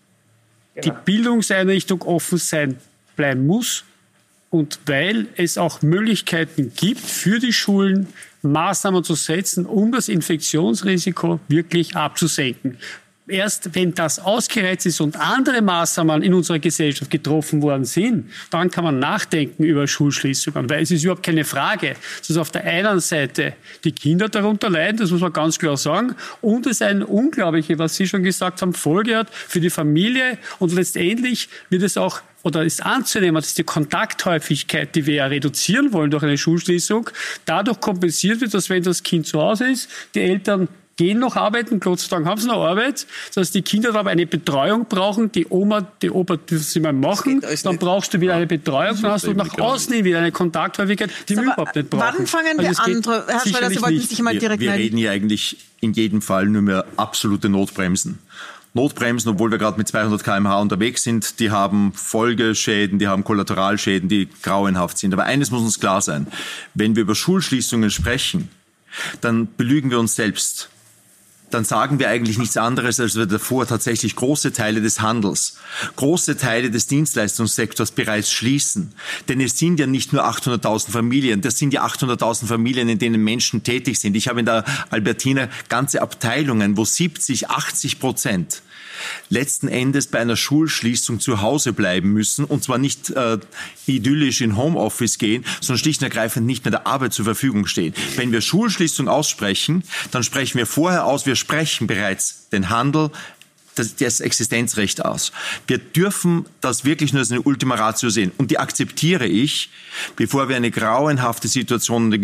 genau. die Bildungseinrichtung offen sein bleiben muss und weil es auch Möglichkeiten gibt für die Schulen, Maßnahmen zu setzen, um das Infektionsrisiko wirklich abzusenken. Erst wenn das ausgereizt ist und andere Maßnahmen in unserer Gesellschaft getroffen worden sind, dann kann man nachdenken über Schulschließungen. Weil es ist überhaupt keine Frage, dass auf der einen Seite die Kinder darunter leiden, das muss man ganz klar sagen, und es ein unglaubliche, was Sie schon gesagt haben, Folge hat für die Familie. Und letztendlich wird es auch oder ist anzunehmen, dass die Kontakthäufigkeit, die wir ja reduzieren wollen durch eine Schulschließung, dadurch kompensiert wird, dass wenn das Kind zu Hause ist, die Eltern gehen noch arbeiten, Gott sei Dank haben sie noch Arbeit, dass die Kinder aber eine Betreuung brauchen, die Oma, die Opa dürfen sie mal machen, dann brauchst du wieder eine Betreuung, dann hast du nach außen hin wieder eine Kontakthäufigkeit, die wir überhaupt nicht brauchen. Wann fangen wir also an? Herr Schröder, Sie wollten sich mal direkt Wir, wir melden. reden hier eigentlich in jedem Fall nur mehr absolute Notbremsen. Notbremsen, obwohl wir gerade mit zweihundert Kilometer pro Stunde unterwegs sind, die haben Folgeschäden, die haben Kollateralschäden, die grauenhaft sind. Aber eines muss uns klar sein, wenn wir über Schulschließungen sprechen, dann belügen wir uns selbst. Dann sagen wir eigentlich nichts anderes, als wir davor tatsächlich große Teile des Handels, große Teile des Dienstleistungssektors bereits schließen. Denn es sind ja nicht nur achthunderttausend Familien, das sind ja achthunderttausend Familien, in denen Menschen tätig sind. Ich habe in der Albertina ganze Abteilungen, wo siebzig, achtzig Prozent letzten Endes bei einer Schulschließung zu Hause bleiben müssen und zwar nicht äh, idyllisch in Homeoffice gehen, sondern schlicht und ergreifend nicht mehr der Arbeit zur Verfügung stehen. Wenn wir Schulschließung aussprechen, dann sprechen wir vorher aus, wir sprechen bereits den Handel, das, das Existenzrecht aus. Wir dürfen das wirklich nur als eine Ultima Ratio sehen und die akzeptiere ich, bevor wir eine grauenhafte Situation in der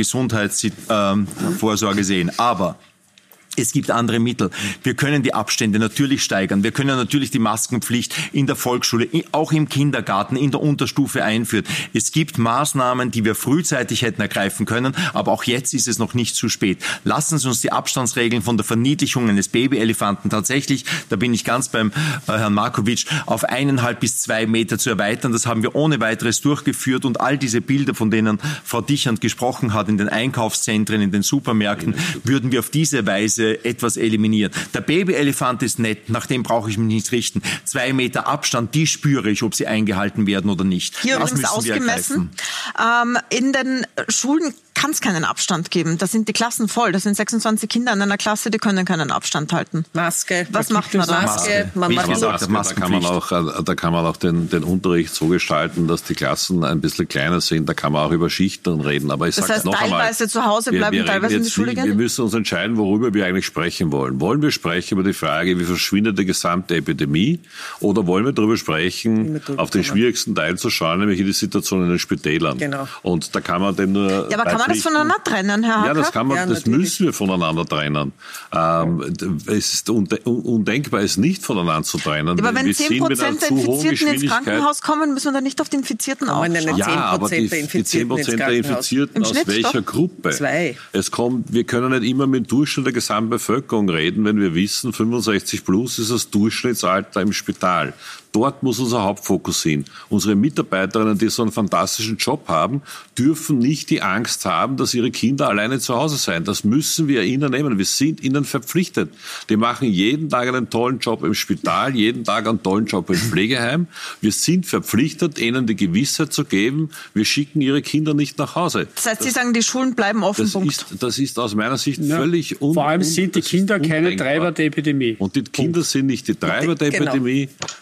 Gesundheitsvorsorge ähm, sehen. Aber es gibt andere Mittel. Wir können die Abstände natürlich steigern. Wir können natürlich die Maskenpflicht in der Volksschule, auch im Kindergarten, in der Unterstufe einführen. Es gibt Maßnahmen, die wir frühzeitig hätten ergreifen können, aber auch jetzt ist es noch nicht zu spät. Lassen Sie uns die Abstandsregeln von der Verniedlichung eines Babyelefanten tatsächlich, da bin ich ganz beim äh, Herrn Markovic, auf eineinhalb bis zwei Meter zu erweitern. Das haben wir ohne weiteres durchgeführt und all diese Bilder, von denen Frau Dichand gesprochen hat, in den Einkaufszentren, in den Supermärkten, würden wir auf diese Weise etwas eliminieren. Der Babyelefant ist nett, nach dem brauche ich mich nicht richten. Zwei Meter Abstand, die spüre ich, ob sie eingehalten werden oder nicht. Hier das übrigens ausgemessen. Ähm, in den Schulen kann es keinen Abstand geben. Da sind die Klassen voll. Das sind sechsundzwanzig Kinder in einer Klasse, die können keinen Abstand halten. Maske. Was macht man da? Maske. Man macht Maske. Da kann man auch, da kann man auch den, den Unterricht so gestalten, dass die Klassen ein bisschen kleiner sind. Da kann man auch über Schichten reden. Aber ich das sage heißt, noch teilweise einmal, zu Hause bleiben, wir, wir teilweise in die Schule gehen? Wir müssen uns entscheiden, worüber wir eigentlich sprechen wollen. Wollen wir sprechen über die Frage, wie verschwindet die gesamte Epidemie? Oder wollen wir darüber sprechen, auf den schwierigsten Teil zu schauen, nämlich in die Situation in den Spitälern? Genau. Und da kann man den nur. Ja, aber kann man das voneinander trennen, Herr Hacker? Ja, das kann man, ja, das müssen wir voneinander trennen. Ähm, es ist undenkbar, es nicht voneinander zu trennen. Ja, aber wenn zehn Prozent der Infizierten ins Krankenhaus kommen, müssen wir dann nicht auf die Infizierten aufschauen? Ja, aber die, die zehn Prozent der Infizierten aus welcher Gruppe? Zwei. Es kommt, wir können nicht immer mit dem Durchschnitt der gesamten Bevölkerung reden, wenn wir wissen, fünfundsechzig plus ist das Durchschnittsalter im Spital. Dort muss unser Hauptfokus hin. Unsere Mitarbeiterinnen, die so einen fantastischen Job haben, dürfen nicht die Angst haben, dass ihre Kinder alleine zu Hause sein. Das müssen wir ihnen nehmen. Wir sind ihnen verpflichtet. Die machen jeden Tag einen tollen Job im Spital, jeden Tag einen tollen Job im Pflegeheim. Wir sind verpflichtet, ihnen die Gewissheit zu geben, wir schicken ihre Kinder nicht nach Hause. Das heißt, Sie sagen, die Schulen bleiben offen, das Punkt. Ist, das ist aus meiner Sicht ja, völlig un, Vor allem un, sind die Kinder keine Treiber der Epidemie. Und die Kinder sind nicht die Treiber der genau. Epidemie. Ja, es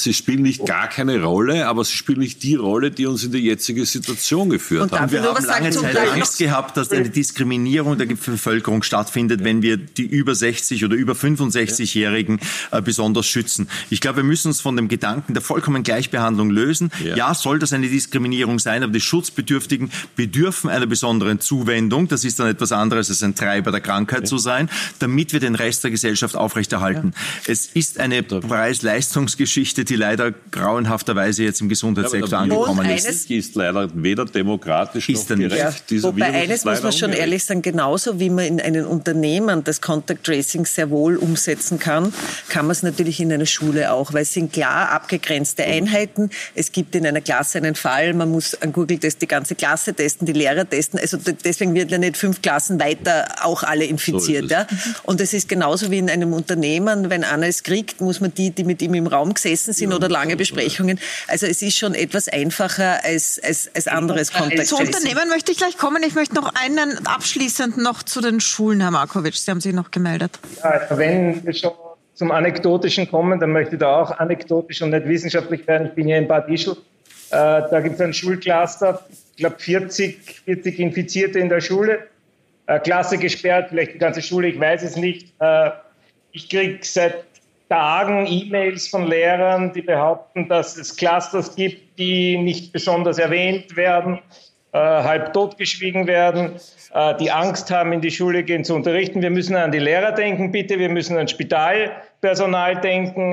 sie spielen nicht gar keine Rolle, aber sie spielen nicht die Rolle, die uns in die jetzige Situation geführt hat. Und wir haben lange Zeit Angst gehabt, dass eine Diskriminierung der Bevölkerung stattfindet, wenn wir die über sechzig oder über fünfundsechzigjährigen äh, besonders schützen. Ich glaube, wir müssen uns von dem Gedanken der vollkommenen Gleichbehandlung lösen. Ja. ja, soll das eine Diskriminierung sein, aber die Schutzbedürftigen bedürfen einer besonderen Zuwendung. Das ist dann etwas anderes als ein Treiber der Krankheit ja. zu sein, damit wir den Rest der Gesellschaft aufrechterhalten. Ja. Es ist eine Preis-Leistungsgeschichte, die leider grauenhafterweise jetzt im Gesundheitssektor ja, angekommen ist. Es ist leider weder demokratisch ist noch gerecht. Ja. Dieser Wobei Virus eines muss man schon ungerecht. ehrlich sagen, genauso wie man in einem Unternehmen das Contact Tracing sehr wohl umsetzen kann, kann man es natürlich in einer Schule auch, weil es sind klar abgegrenzte Einheiten. Es gibt in einer Klasse einen Fall, man muss an Google-Test die ganze Klasse testen, die Lehrer testen. Also deswegen wird ja nicht fünf Klassen weiter auch alle infiziert. So ja. Und es ist genauso wie in einem Unternehmen, wenn einer es kriegt, muss man die, die mit ihm im Raum gesessen sind ja, oder lange Besprechungen. Also es ist schon etwas einfacher als, als, als anderes Contact Tracing. Zu Unternehmen möchte ich gleich kommen. Ich möchte noch einen abschließend noch zu den Schulen, Herr Markovic. Sie haben sich noch gemeldet. Ja, wenn wir schon zum Anekdotischen kommen, dann möchte ich da auch anekdotisch und nicht wissenschaftlich werden. Ich bin hier in Bad Ischl. Äh, da gibt es ein Schulcluster, ich glaube vierzig, vierzig Infizierte in der Schule. Äh, Klasse gesperrt, vielleicht die ganze Schule, ich weiß es nicht. Äh, ich kriege seit Tagen E-Mails von Lehrern, die behaupten, dass es Clusters gibt, die nicht besonders erwähnt werden, äh, halb totgeschwiegen werden, äh, die Angst haben, in die Schule gehen zu unterrichten. Wir müssen an die Lehrer denken, bitte. Wir müssen an Spitalpersonal denken.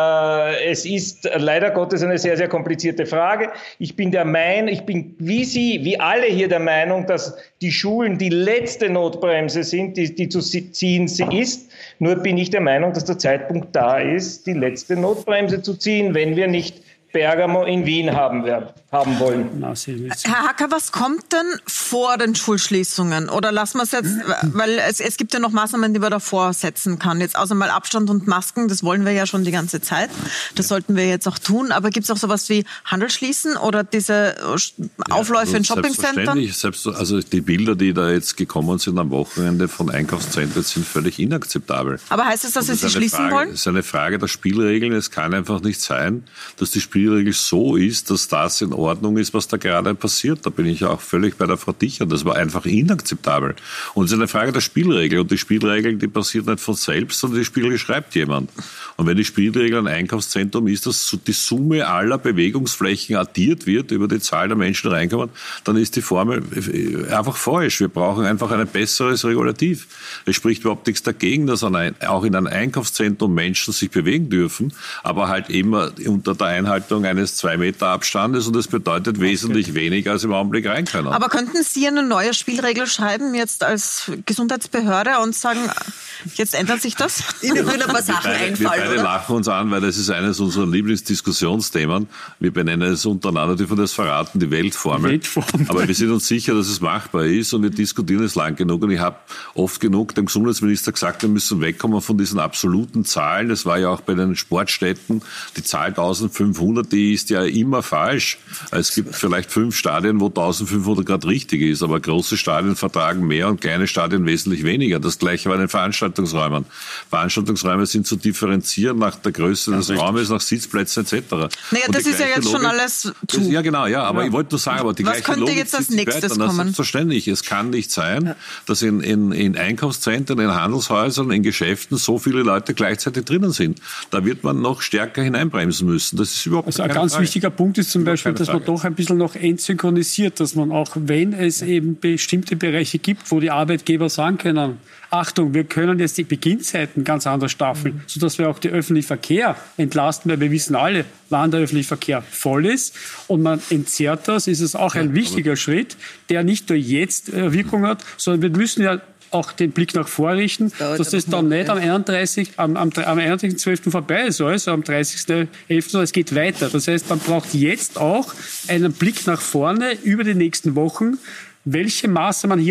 Äh, es ist leider Gottes eine sehr, sehr komplizierte Frage. Ich bin der Meinung, ich bin wie Sie, wie alle hier der Meinung, dass die Schulen die letzte Notbremse sind, die, die zu ziehen ist. Nur bin ich der Meinung, dass der Zeitpunkt da ist, die letzte Notbremse zu ziehen, wenn wir nicht Bergamo in Wien haben werden, haben wollen. Herr Hacker, was kommt denn vor den Schulschließungen? Oder lassen wir es jetzt, weil es, es gibt ja noch Maßnahmen, die man davor setzen kann. Jetzt außer mal Abstand und Masken, das wollen wir ja schon die ganze Zeit. Das sollten wir jetzt auch tun. Aber gibt es auch sowas wie Handel schließen oder diese Aufläufe ja, also in Shoppingcentern? Selbst, also die Bilder, die da jetzt gekommen sind am Wochenende von Einkaufszentren, sind völlig inakzeptabel. Aber heißt es, dass Sie sie schließen Frage, wollen? Es ist eine Frage der Spielregeln. Es kann einfach nicht sein, dass die Spielregeln Spielregel so ist, dass das in Ordnung ist, was da gerade passiert. Da bin ich auch völlig bei der Frau Dicher. Das war einfach inakzeptabel. Und es ist eine Frage der Spielregel. Und die Spielregel, die passiert nicht von selbst, sondern die Spielregel schreibt jemand. Und wenn die Spielregel ein Einkaufszentrum ist, dass die Summe aller Bewegungsflächen addiert wird über die Zahl der Menschen, die reinkommen, dann ist die Formel einfach falsch. Wir brauchen einfach ein besseres Regulativ. Es spricht überhaupt nichts dagegen, dass auch in einem Einkaufszentrum Menschen sich bewegen dürfen, aber halt immer unter der Einhaltung eines zwei Meter Abstandes, und das bedeutet wesentlich weniger, als im Augenblick rein können. Aber könnten Sie eine neue Spielregel schreiben, jetzt als Gesundheitsbehörde, und sagen, jetzt ändert sich das? Ihnen würden ein paar Sachen einfallen, wir beide oder? lachen uns an, weil das ist eines unserer Lieblingsdiskussionsthemen. Wir benennen es untereinander, dürfen das verraten, die Weltformel. Weltformel. Aber wir sind uns sicher, dass es machbar ist, und wir diskutieren es lang genug. Und ich habe oft genug dem Gesundheitsminister gesagt, wir müssen wegkommen von diesen absoluten Zahlen. Das war ja auch bei den Sportstätten die Zahl eintausendfünfhundert, die ist ja immer falsch. Es gibt vielleicht fünf Stadien, wo eintausendfünfhundert Grad richtig ist, aber große Stadien vertragen mehr und kleine Stadien wesentlich weniger. Das Gleiche bei den Veranstaltungsräumen. Veranstaltungsräume sind zu differenzieren nach der Größe des Raumes, nach Sitzplätzen et cetera. Naja, das ist ja jetzt Logik, schon alles zu. Das, ja, genau, ja, aber ja. ich wollte nur sagen, aber die Was gleiche könnte Logik jetzt als zieht sich nächstes weiter. kommen? Selbstverständlich. Es kann nicht sein, ja. dass in, in, in Einkaufszentren, in Handelshäusern, in Geschäften so viele Leute gleichzeitig drinnen sind. Da wird man noch stärker hineinbremsen müssen. Das ist überhaupt Also ein ganz Frage. wichtiger Punkt ist zum Beispiel, dass man doch ein bisschen noch entsynchronisiert, dass man auch, wenn es eben bestimmte Bereiche gibt, wo die Arbeitgeber sagen können, Achtung, wir können jetzt die Beginnzeiten ganz anders staffeln, mhm. sodass wir auch den öffentlichen Verkehr entlasten, weil wir wissen alle, wann der öffentliche Verkehr voll ist, und man entzerrt das, ist es auch ein wichtiger Schritt, der nicht nur jetzt Wirkung hat, sondern wir müssen ja auch den Blick nach vorrichten, dass das dann nicht am einunddreißigsten am, am, am einunddreißigsten zwölften vorbei ist, also am dreißigsten elften sondern es geht weiter. Das heißt, man braucht jetzt auch einen Blick nach vorne über die nächsten Wochen, welche Maßnahmen hier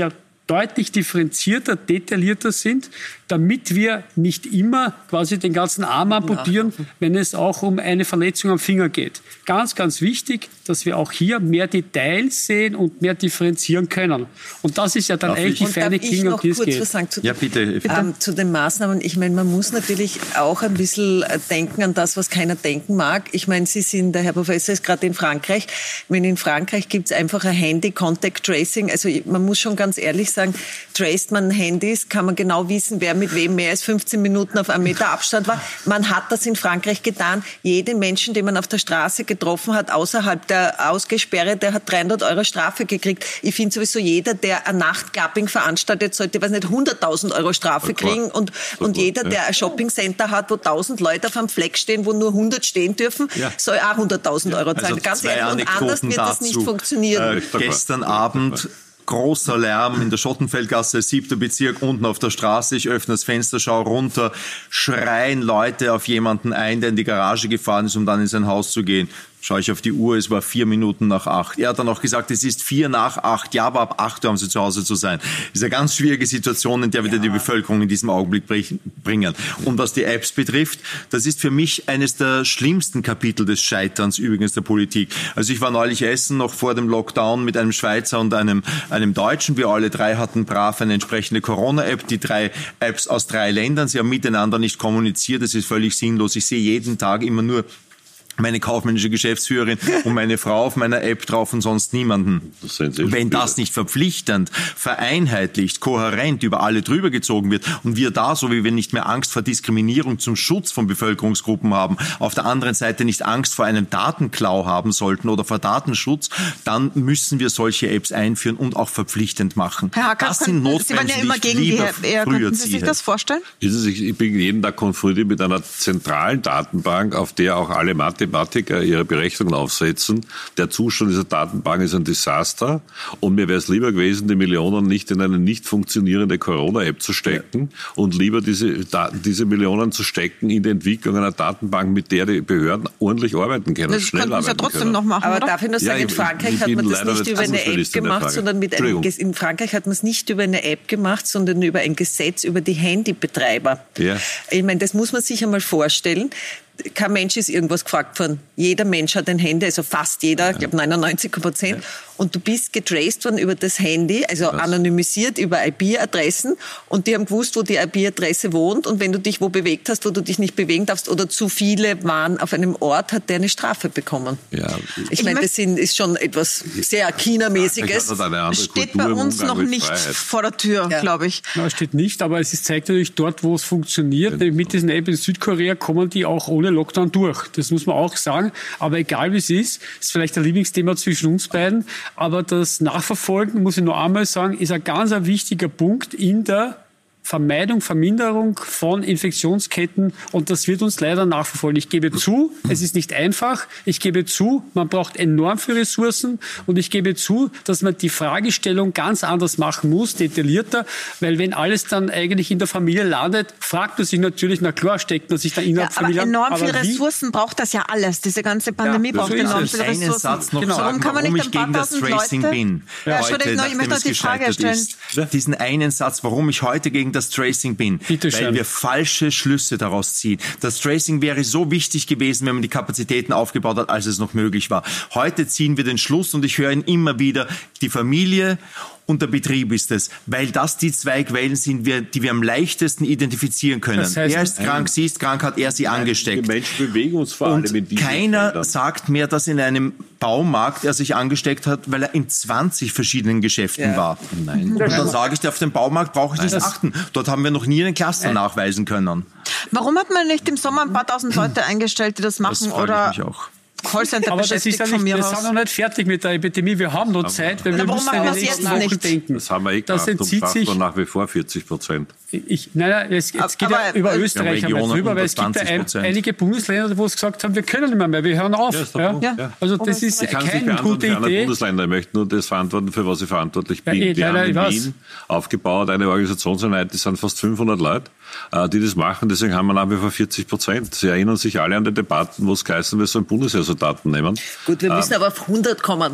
deutlich differenzierter, detaillierter sind, damit wir nicht immer quasi den ganzen Arm amputieren, wenn es auch um eine Verletzung am Finger geht. Ganz, ganz wichtig, dass wir auch hier mehr Details sehen und mehr differenzieren können. Und das ist ja dann darf eigentlich ich? die feine Klinge, um die es geht. Was sagen zu, ja, bitte. bitte. Ähm, zu den Maßnahmen. Ich meine, man muss natürlich auch ein bisschen denken an das, was keiner denken mag. Ich meine, Sie sind, der Herr Professor ist gerade in Frankreich. Wenn in Frankreich gibt es einfach ein Handy-Contact-Tracing. Also man muss schon ganz ehrlich sagen, traced man Handys, kann man genau wissen, wer mit wem mehr als fünfzehn Minuten auf einem Meter Abstand war. Man hat das in Frankreich getan. Jeden Menschen, den man auf der Straße getroffen hat, außerhalb der Ausgesperre, der hat dreihundert Euro Strafe gekriegt. Ich finde sowieso, jeder, der ein Nachtclubbing veranstaltet, sollte, weiß nicht, hunderttausend Euro Strafe kriegen. Und, und jeder, der ein Shoppingcenter hat, wo tausend Leute auf einem Fleck stehen, wo nur hundert stehen dürfen, ja. soll auch hunderttausend Euro zahlen. Also ganz ehrlich, und anders wird das nicht funktionieren. Äh, gestern Abend großer Lärm in der Schottenfeldgasse, siebter Bezirk, unten auf der Straße. Ich öffne das Fenster, schaue runter, schreien Leute auf jemanden ein, der in die Garage gefahren ist, um dann in sein Haus zu gehen. Schaue ich auf die Uhr, es war vier Minuten nach acht. Er hat dann auch gesagt, es ist vier nach acht. Ja, aber ab acht Uhr haben sie zu Hause zu sein. Das ist eine ganz schwierige Situation, in der wir ja. die Bevölkerung in diesem Augenblick bringen. Und was die Apps betrifft, das ist für mich eines der schlimmsten Kapitel des Scheiterns übrigens der Politik. Also ich war neulich essen, noch vor dem Lockdown, mit einem Schweizer und einem, einem Deutschen. Wir alle drei hatten brav eine entsprechende Corona-App. Die drei Apps aus drei Ländern. Sie haben miteinander nicht kommuniziert. Das ist völlig sinnlos. Ich sehe jeden Tag immer nur meine kaufmännische Geschäftsführerin und meine Frau auf meiner App drauf und sonst niemanden. Das Wenn das nicht verpflichtend, vereinheitlicht, kohärent über alle drüber gezogen wird und wir da, so wie wir nicht mehr Angst vor Diskriminierung zum Schutz von Bevölkerungsgruppen haben, auf der anderen Seite nicht Angst vor einem Datenklau haben sollten oder vor Datenschutz, dann müssen wir solche Apps einführen und auch verpflichtend machen. Herr Hacker, das sind notwendig. Sie waren ja immer gegen die App. Könnten Sie sich das vorstellen? Ich bin jeden Tag konfrontiert mit einer zentralen Datenbank, auf der auch alle Mathematiker ihre Berechnungen aufsetzen. Der Zustand dieser Datenbank ist ein Desaster und mir wäre es lieber gewesen, die Millionen nicht in eine nicht funktionierende Corona-App zu stecken ja. und lieber diese, da, diese Millionen zu stecken in die Entwicklung einer Datenbank, mit der die Behörden ordentlich arbeiten können, das schnell arbeiten ja trotzdem können. Noch machen, Aber oder? darf ich nur sagen, ja, in Frankreich ich, ich hat man das nicht über eine App gemacht, sondern mit einem, in Frankreich hat man es nicht über eine App gemacht, sondern über ein Gesetz über die Handybetreiber. Ja. Ich meine, das muss man sich einmal vorstellen. Kein Mensch ist irgendwas gefragt worden. Jeder Mensch hat ein Handy, also fast jeder, ich glaube neunundneunzig Prozent. Ja. Und du bist getraced worden über das Handy, also Was? anonymisiert über I P-Adressen. Und die haben gewusst, wo die I P-Adresse wohnt. Und wenn du dich wo bewegt hast, wo du dich nicht bewegen darfst oder zu viele waren auf einem Ort, hat der eine Strafe bekommen. Ja. Ich, ich meine, das ist schon etwas sehr China-mäßiges. Steht bei uns noch nicht Freiheit. vor der Tür, ja. glaube ich. Ja, steht nicht, aber es zeigt natürlich dort, wo es funktioniert. Ja. Mit diesen Apps in Südkorea kommen die auch ohne Lockdown durch. Das muss man auch sagen. Aber egal wie es ist, ist vielleicht ein Lieblingsthema zwischen uns beiden. Aber das Nachverfolgen, muss ich noch einmal sagen, ist ein ganz ein wichtiger Punkt in der Vermeidung, Verminderung von Infektionsketten und das wird uns leider nachverfolgen. Ich gebe zu, es ist nicht einfach. Ich gebe zu, man braucht enorm viele Ressourcen und ich gebe zu, dass man die Fragestellung ganz anders machen muss, detaillierter, weil wenn alles dann eigentlich in der Familie landet, fragt man sich natürlich, na klar, steckt man sich da innerhalb ja, aber Familie enorm an. viele Ressourcen braucht das ja alles. Diese ganze Pandemie ja, braucht so enorm es. viele Einen Ressourcen. Satz noch genau. sagen, warum kann man warum nicht ich gegen das Tracing Leute? bin. Ja, Heute, ich möchte noch die Frage stellen. Ist. Diesen einen Satz, warum ich heute gegen das Tracing bin. Bitte weil schön. wir falsche Schlüsse daraus ziehen. Das Tracing wäre so wichtig gewesen, wenn man die Kapazitäten aufgebaut hat, als es noch möglich war. Heute ziehen wir den Schluss und ich höre ihn immer wieder, die Familie und der Betrieb ist es, weil das die zwei Quellen sind, die wir am leichtesten identifizieren können. Das heißt, er ist krank, sie ist krank, hat er sie angesteckt. Die Menschen bewegen uns vor allem in diesen keiner Feldern. sagt mehr, dass in einem Baumarkt er sich angesteckt hat, weil er in zwanzig verschiedenen Geschäften ja. war. Nein. Und dann sage ich dir, auf dem Baumarkt brauche ich nicht achten. Dort haben wir noch nie einen Cluster nachweisen können. Warum hat man nicht im Sommer ein paar tausend Leute eingestellt, die das machen? Das oder mich auch. Callcenter aber das ist ja nicht, wir sind noch nicht fertig mit der Epidemie. Wir haben noch aber Zeit, weil wir müssen in den nächsten Wochen nicht denken. Das haben wir eh das gemacht entzieht und sich nach wie vor vierzig Prozent. Ich, nein, nein, es, es geht aber, ja über Österreich einmal drüber, weil es gibt ja ein, einige Bundesländer, wo es gesagt haben, wir können nicht mehr, mehr wir hören auf. Ja, ja. Ja. Also das ist ich keine gute Idee. Bundesländer, ich möchte nur das verantworten, für was ich verantwortlich bin. Ja, die leider, haben in was? Wien aufgebaut, eine Organisationseinheit, die sind fast fünfhundert Leute, die das machen, deswegen haben wir nach wie vor vierzig Prozent. Sie erinnern sich alle an die Debatten, wo es geheißen, wir sollen Bundesheersoldaten nehmen. Gut, wir müssen ähm, aber auf hundert kommen.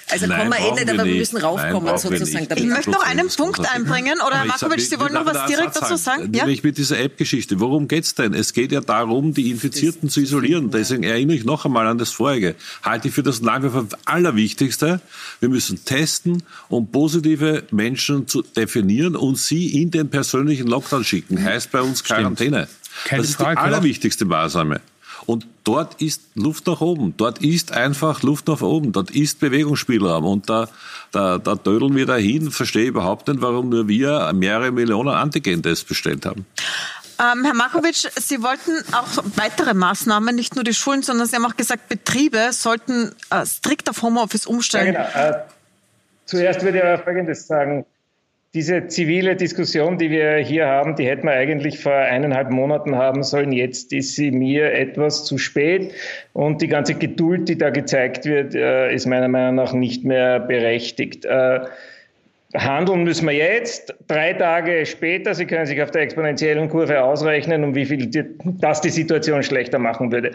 Also Nein, kommen wir eh nicht, aber wir nicht. müssen raufkommen Nein, sozusagen. Ich möchte noch einen Punkt einbringen, oder Herr Markovic, Sie wollen noch was direkt dazu sagen? Ja? Nämlich mit dieser App-Geschichte. Worum geht's denn? Es geht ja darum, die Infizierten zu isolieren. Deswegen erinnere ich noch einmal an das Vorige. Halte ich für das nach wie vor Allerwichtigste. Wir müssen testen, um positive Menschen zu definieren und sie in den persönlichen Lockdown schicken. Heißt bei uns Quarantäne. Keine das ist Frage, die allerwichtigste Maßnahme. Und dort ist Luft nach oben. Dort ist einfach Luft nach oben. Dort ist Bewegungsspielraum. Und da, da, da dödeln wir dahin. Verstehe überhaupt nicht, warum nur wir mehrere Millionen Antigen-Tests bestellt haben. Ähm, Herr Markovic, Sie wollten auch weitere Maßnahmen, nicht nur die Schulen, sondern Sie haben auch gesagt, Betriebe sollten äh, strikt auf Homeoffice umstellen. Ja, genau. Äh, zuerst würde ich aber Folgendes sagen. Diese zivile Diskussion, die wir hier haben, die hätten wir eigentlich vor eineinhalb Monaten haben sollen. Jetzt ist sie mir etwas zu spät. Und die ganze Geduld, die da gezeigt wird, ist meiner Meinung nach nicht mehr berechtigt. Handeln müssen wir jetzt. Drei Tage später, Sie können sich auf der exponentiellen Kurve ausrechnen, um wie viel die, das die Situation schlechter machen würde.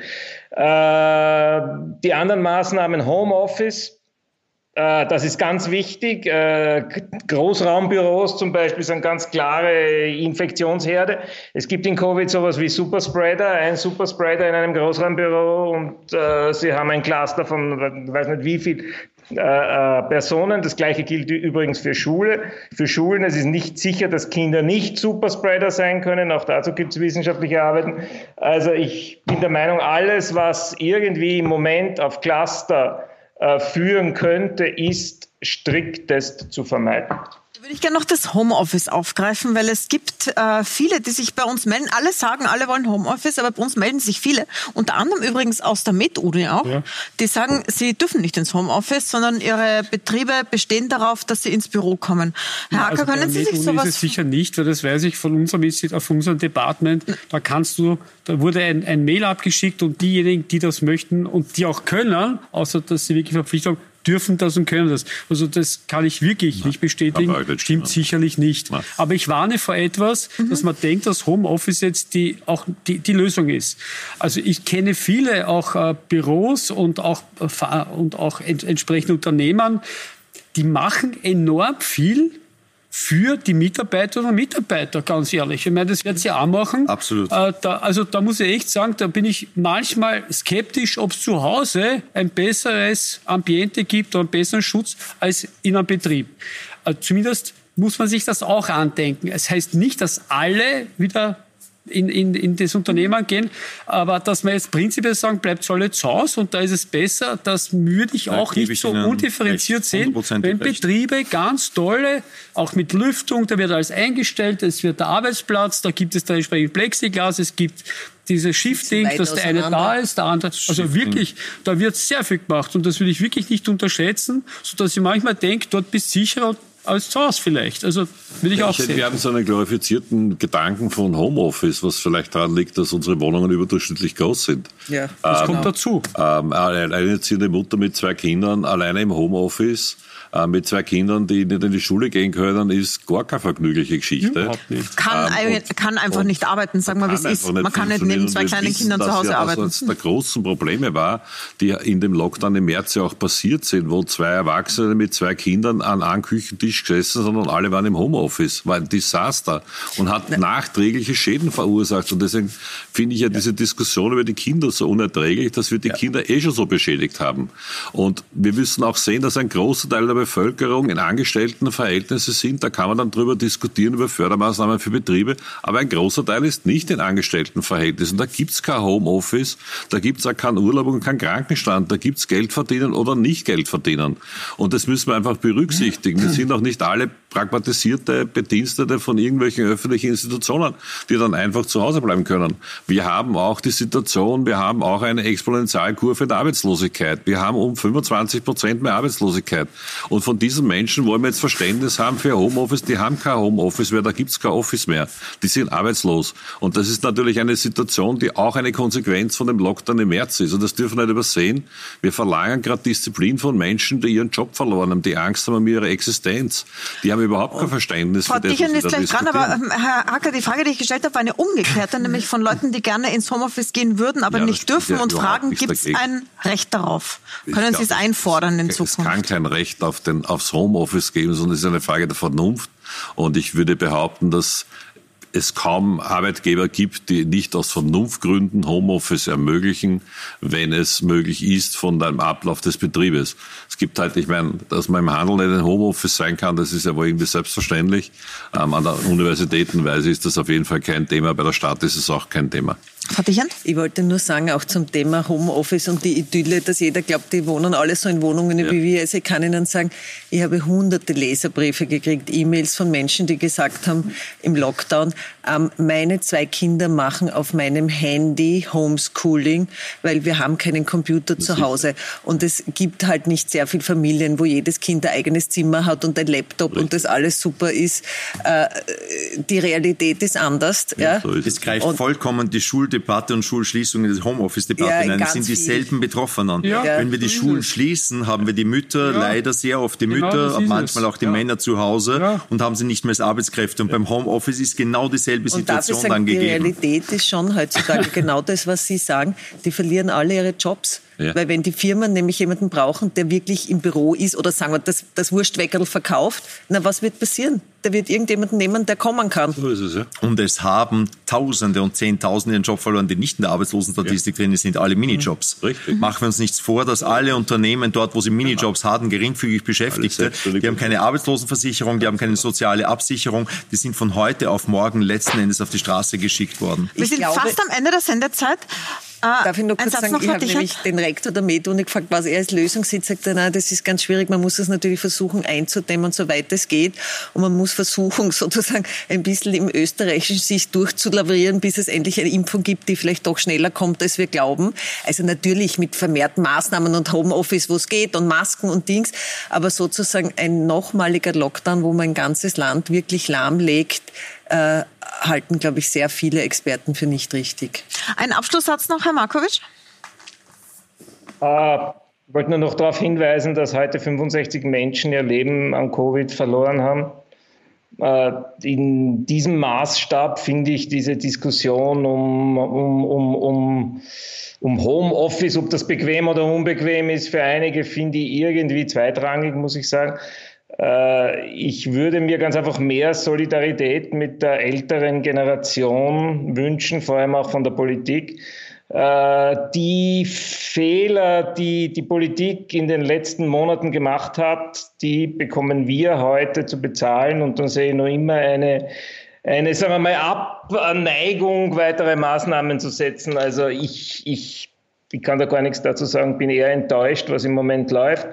Die anderen Maßnahmen, Homeoffice, das ist ganz wichtig. Großraumbüros zum Beispiel sind ganz klare Infektionsherde. Es gibt in Covid sowas wie Superspreader, ein Superspreader in einem Großraumbüro und äh, sie haben ein Cluster von, ich weiß nicht wie viel äh, Personen. Das Gleiche gilt übrigens für Schule. Für Schulen. Es ist nicht sicher, dass Kinder nicht Superspreader sein können. Auch dazu gibt es wissenschaftliche Arbeiten. Also ich bin der Meinung, alles, was irgendwie im Moment auf Cluster führen könnte, ist striktest zu vermeiden. Da würde ich gerne noch das Homeoffice aufgreifen, weil es gibt äh, viele, die sich bei uns melden. Alle sagen, alle wollen Homeoffice, aber bei uns melden sich viele. Unter anderem übrigens aus der Med-Uni auch. Ja. Die sagen, sie dürfen nicht ins Homeoffice, sondern ihre Betriebe bestehen darauf, dass sie ins Büro kommen. Herr ja, Hacker, also können Sie sich sowas... Ist es sicher nicht, weil das weiß ich von unserem Institut, auf unserem Department. Da kannst du, da wurde ein, ein Mail abgeschickt und diejenigen, die das möchten und die auch können, außer dass sie wirklich Verpflichtung haben, dürfen das und können das. Also das kann ich wirklich ja, nicht bestätigen. Stimmt sicherlich nicht. Ja. Aber ich warne vor etwas, mhm. dass man denkt, dass Homeoffice jetzt die, auch die, die Lösung ist. Also ich kenne viele auch äh, Büros und auch, äh, und auch ent, entsprechende Unternehmen, die machen enorm viel für die Mitarbeiterinnen und Mitarbeiter, ganz ehrlich. Ich meine, das wird sie auch machen. Absolut. Äh, da, also da muss ich echt sagen, da bin ich manchmal skeptisch, ob es zu Hause ein besseres Ambiente gibt oder einen besseren Schutz als in einem Betrieb. Äh, zumindest muss man sich das auch andenken. Es heißt nicht, dass alle wieder in, in, in das Unternehmen gehen, aber dass wir jetzt prinzipiell sagen, bleibt alle zu Hause und da ist es besser, das würde ich auch nicht so undifferenziert sehen, wenn Betriebe ganz tolle, auch mit Lüftung, da wird alles eingestellt, es wird der Arbeitsplatz, da gibt es da entsprechend Plexiglas, es gibt diese Shifting, dass der eine da ist, der andere, also wirklich, da wird sehr viel gemacht und das will ich wirklich nicht unterschätzen, sodass ich manchmal denke, dort bist du sicherer als zu Hause vielleicht. Also will ich ja, auch ich sehen. Wir haben so einen glorifizierten Gedanken von Homeoffice, was vielleicht daran liegt, dass unsere Wohnungen überdurchschnittlich groß sind. Ja, das ähm, kommt dazu. Ähm, eine alleinerziehende Mutter mit zwei Kindern, alleine im Homeoffice, äh, mit zwei Kindern, die nicht in die Schule gehen können, ist gar keine vergnügliche Geschichte. Überhaupt nicht. Kann, ähm, und, kann einfach nicht arbeiten, sagen wir, wie es ist. Man kann nicht neben zwei kleinen Kindern zu Hause ja, arbeiten. Das eines der großen Probleme war, die in dem Lockdown im März ja auch passiert sind, wo zwei Erwachsene mit zwei Kindern an einem Küchentisch gesessen, sondern alle waren im Homeoffice. War ein Desaster und hat ja. nachträgliche Schäden verursacht. Und deswegen finde ich ja, ja diese Diskussion über die Kinder so unerträglich, dass wir die ja. Kinder eh schon so beschädigt haben. Und wir müssen auch sehen, dass ein großer Teil der Bevölkerung in Angestelltenverhältnissen sind. Da kann man dann drüber diskutieren, über Fördermaßnahmen für Betriebe. Aber ein großer Teil ist nicht in Angestelltenverhältnissen. Da gibt's kein Homeoffice, da gibt's auch keinen Urlaub und keinen Krankenstand. Da gibt's Geld verdienen oder nicht Geld verdienen. Und das müssen wir einfach berücksichtigen. Wir sind auch nicht alle pragmatisierte Bedienstete von irgendwelchen öffentlichen Institutionen, die dann einfach zu Hause bleiben können. Wir haben auch die Situation, wir haben auch eine Exponentialkurve der Arbeitslosigkeit. Wir haben um fünfundzwanzig Prozent mehr Arbeitslosigkeit. Und von diesen Menschen wollen wir jetzt Verständnis haben für Homeoffice. Die haben kein Homeoffice mehr, da gibt's kein Office mehr. Die sind arbeitslos. Und das ist natürlich eine Situation, die auch eine Konsequenz von dem Lockdown im März ist. Und das dürfen wir nicht übersehen. Wir verlangen gerade Disziplin von Menschen, die ihren Job verloren haben, die Angst haben um ihre Existenz. Die haben haben überhaupt kein Verständnis Frau für das, Dichern was ist Sie da gleich dran, aber diskutieren. Herr Hacker, die Frage, die ich gestellt habe, war eine umgekehrte, nämlich von Leuten, die gerne ins Homeoffice gehen würden, aber Ja, das nicht spricht dürfen ja und überhaupt fragen, nichts gibt es dagegen. ein Recht darauf? Ich Können Sie glaube, es einfordern in Es Zukunft? kann kein Recht auf den, aufs Homeoffice geben, sondern es ist eine Frage der Vernunft. Und ich würde behaupten, dass es kaum Arbeitgeber gibt, die nicht aus Vernunftgründen Homeoffice ermöglichen, wenn es möglich ist von dem Ablauf des Betriebes. Es gibt halt, ich meine, dass man im Handel nicht ein Homeoffice sein kann, das ist ja wohl irgendwie selbstverständlich. Ähm, an der Universitätenweise ist das auf jeden Fall kein Thema, bei der Stadt ist es auch kein Thema. Frau Dichern? Ich wollte nur sagen, auch zum Thema Homeoffice und die Idylle, dass jeder glaubt, die wohnen alle so in Wohnungen Ja. wie wir. Also ich kann Ihnen sagen, ich habe hunderte Leserbriefe gekriegt, E-Mails von Menschen, die gesagt haben im Lockdown, ähm, meine zwei Kinder machen auf meinem Handy Homeschooling, weil wir haben keinen Computer zu Hause. Und es gibt halt nicht sehr viele Familien, wo jedes Kind ein eigenes Zimmer hat und ein Laptop Richtig. und das alles super ist. Äh, die Realität ist anders. Ja, So ist Es es. greift Und- vollkommen die Schuldebatte und Schulschließung in die Homeoffice-Debatte Ja, hinein. Es ganz sind viel. dieselben Betroffenen. Ja. Wenn wir die so ist Schulen es. schließen, haben wir die Mütter, Ja. leider sehr oft die Genau, Mütter, das ist manchmal es. auch die Ja. Männer zu Hause Ja. und haben sie nicht mehr als Arbeitskräfte. Und beim Homeoffice ist genau dieselbe Und darf ich Situation sagen, dann die gegeben. Realität ist schon heutzutage genau das, was Sie sagen. Die verlieren alle ihre Jobs. Ja. Weil wenn die Firmen nämlich jemanden brauchen, der wirklich im Büro ist oder sagen wir, das, das Wurstweckerl verkauft, na was wird passieren? Da wird irgendjemanden nehmen, der kommen kann. So ist es, ja. Und es haben Tausende und Zehntausende ihren Job verloren, die nicht in der Arbeitslosenstatistik drin sind, alle Minijobs. Richtig. Machen wir uns nichts vor, dass alle Unternehmen dort, wo sie Minijobs hatten, geringfügig Beschäftigte, selbstständig. die haben keine Arbeitslosenversicherung, die haben keine soziale Absicherung, die sind von heute auf morgen letzten Endes auf die Straße geschickt worden. Wir Ich sind glaube- fast am Ende der Sendezeit. Äh, Darf ich nur ein kurz Satz sagen, noch, ich Frau habe Dichern? nämlich den Rektor der Med-Uni gefragt, was er als Lösung sieht. Sagt er, nein, das ist ganz schwierig, man muss es natürlich versuchen einzudämmen, soweit es geht. Und man muss versuchen, sozusagen ein bisschen im Österreichischen sich durchzulavrieren, bis es endlich eine Impfung gibt, die vielleicht doch schneller kommt, als wir glauben. Also natürlich mit vermehrten Maßnahmen und Homeoffice, wo es geht, und Masken und Dings. Aber sozusagen ein nochmaliger Lockdown, wo man ein ganzes Land wirklich lahmlegt, äh, halten, glaube ich, sehr viele Experten für nicht richtig. Ein Abschlusssatz noch, Herr Markovic? Äh, ich wollte nur noch darauf hinweisen, dass heute fünfundsechzig Menschen ihr Leben an Covid verloren haben. Äh, in diesem Maßstab finde ich diese Diskussion um, um, um, um, um Homeoffice, ob das bequem oder unbequem ist, für einige finde ich irgendwie zweitrangig, muss ich sagen. Äh, ich würde mir ganz einfach mehr Solidarität mit der älteren Generation wünschen, vor allem auch von der Politik. Die Fehler, die die Politik in den letzten Monaten gemacht hat, die bekommen wir heute zu bezahlen. Und dann sehe ich noch immer eine, eine sagen wir mal, Abneigung, weitere Maßnahmen zu setzen. Also ich, ich, ich kann da gar nichts dazu sagen, bin eher enttäuscht, was im Moment läuft.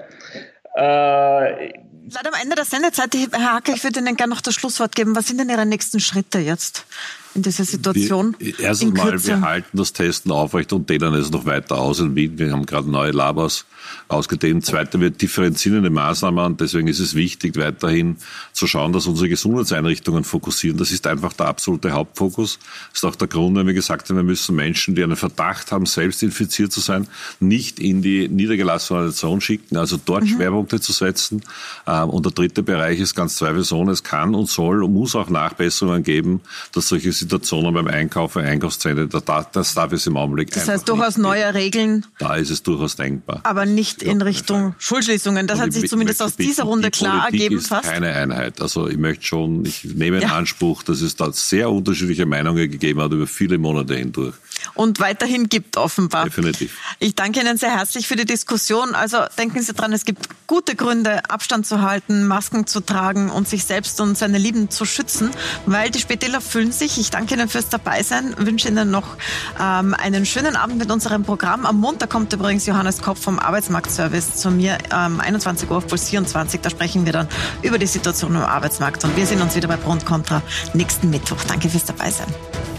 Äh, Leider am Ende der Sendezeit, Herr Hacker, ich würde Ihnen gerne noch das Schlusswort geben. Was sind denn Ihre nächsten Schritte jetzt in dieser Situation? Wir, erst in einmal, Kürze? wir halten das Testen aufrecht und dehnen es noch weiter aus in Wien. Wir haben gerade neue Labors ausgedehnt. Zweitens, wir differenzierende Maßnahmen und deswegen ist es wichtig, weiterhin zu schauen, dass unsere Gesundheitseinrichtungen fokussieren. Das ist einfach der absolute Hauptfokus. Das ist auch der Grund, wenn wir gesagt haben, wir müssen Menschen, die einen Verdacht haben, selbst infiziert zu sein, nicht in die niedergelassene Organisation schicken, also dort mhm. Schwerpunkte zu setzen. Und der dritte Bereich ist ganz zweifelsohne, es kann und soll und muss auch Nachbesserungen geben, dass solche Situationen beim Einkauf, bei Einkaufszentren, das darf es im Augenblick Das einfach heißt durchaus nicht neue geben. Regeln. Da ist es durchaus denkbar. Aber nicht in Richtung Schulschließungen. Das Und hat ich sich zumindest aus möchte dieser bitten, Runde die klar Politik ergeben ist fast. keine Einheit. Also ich möchte schon, ich nehme in Ja. Anspruch, dass es da sehr unterschiedliche Meinungen gegeben hat über viele Monate hindurch. Und weiterhin gibt offenbar. Definitiv. Ich danke Ihnen sehr herzlich für die Diskussion. Also denken Sie dran, es gibt gute Gründe, Abstand zu halten, Masken zu tragen und sich selbst und seine Lieben zu schützen, weil die Spitäler füllen sich. Ich danke Ihnen fürs Dabeisein, wünsche Ihnen noch ähm, einen schönen Abend mit unserem Programm. Am Montag kommt übrigens Johannes Kopp vom Arbeitsmarktservice zu mir um einundzwanzig Uhr auf Puls vierundzwanzig. Da sprechen wir dann über die Situation im Arbeitsmarkt und wir sehen uns wieder bei Pro und Contra nächsten Mittwoch. Danke fürs Dabeisein.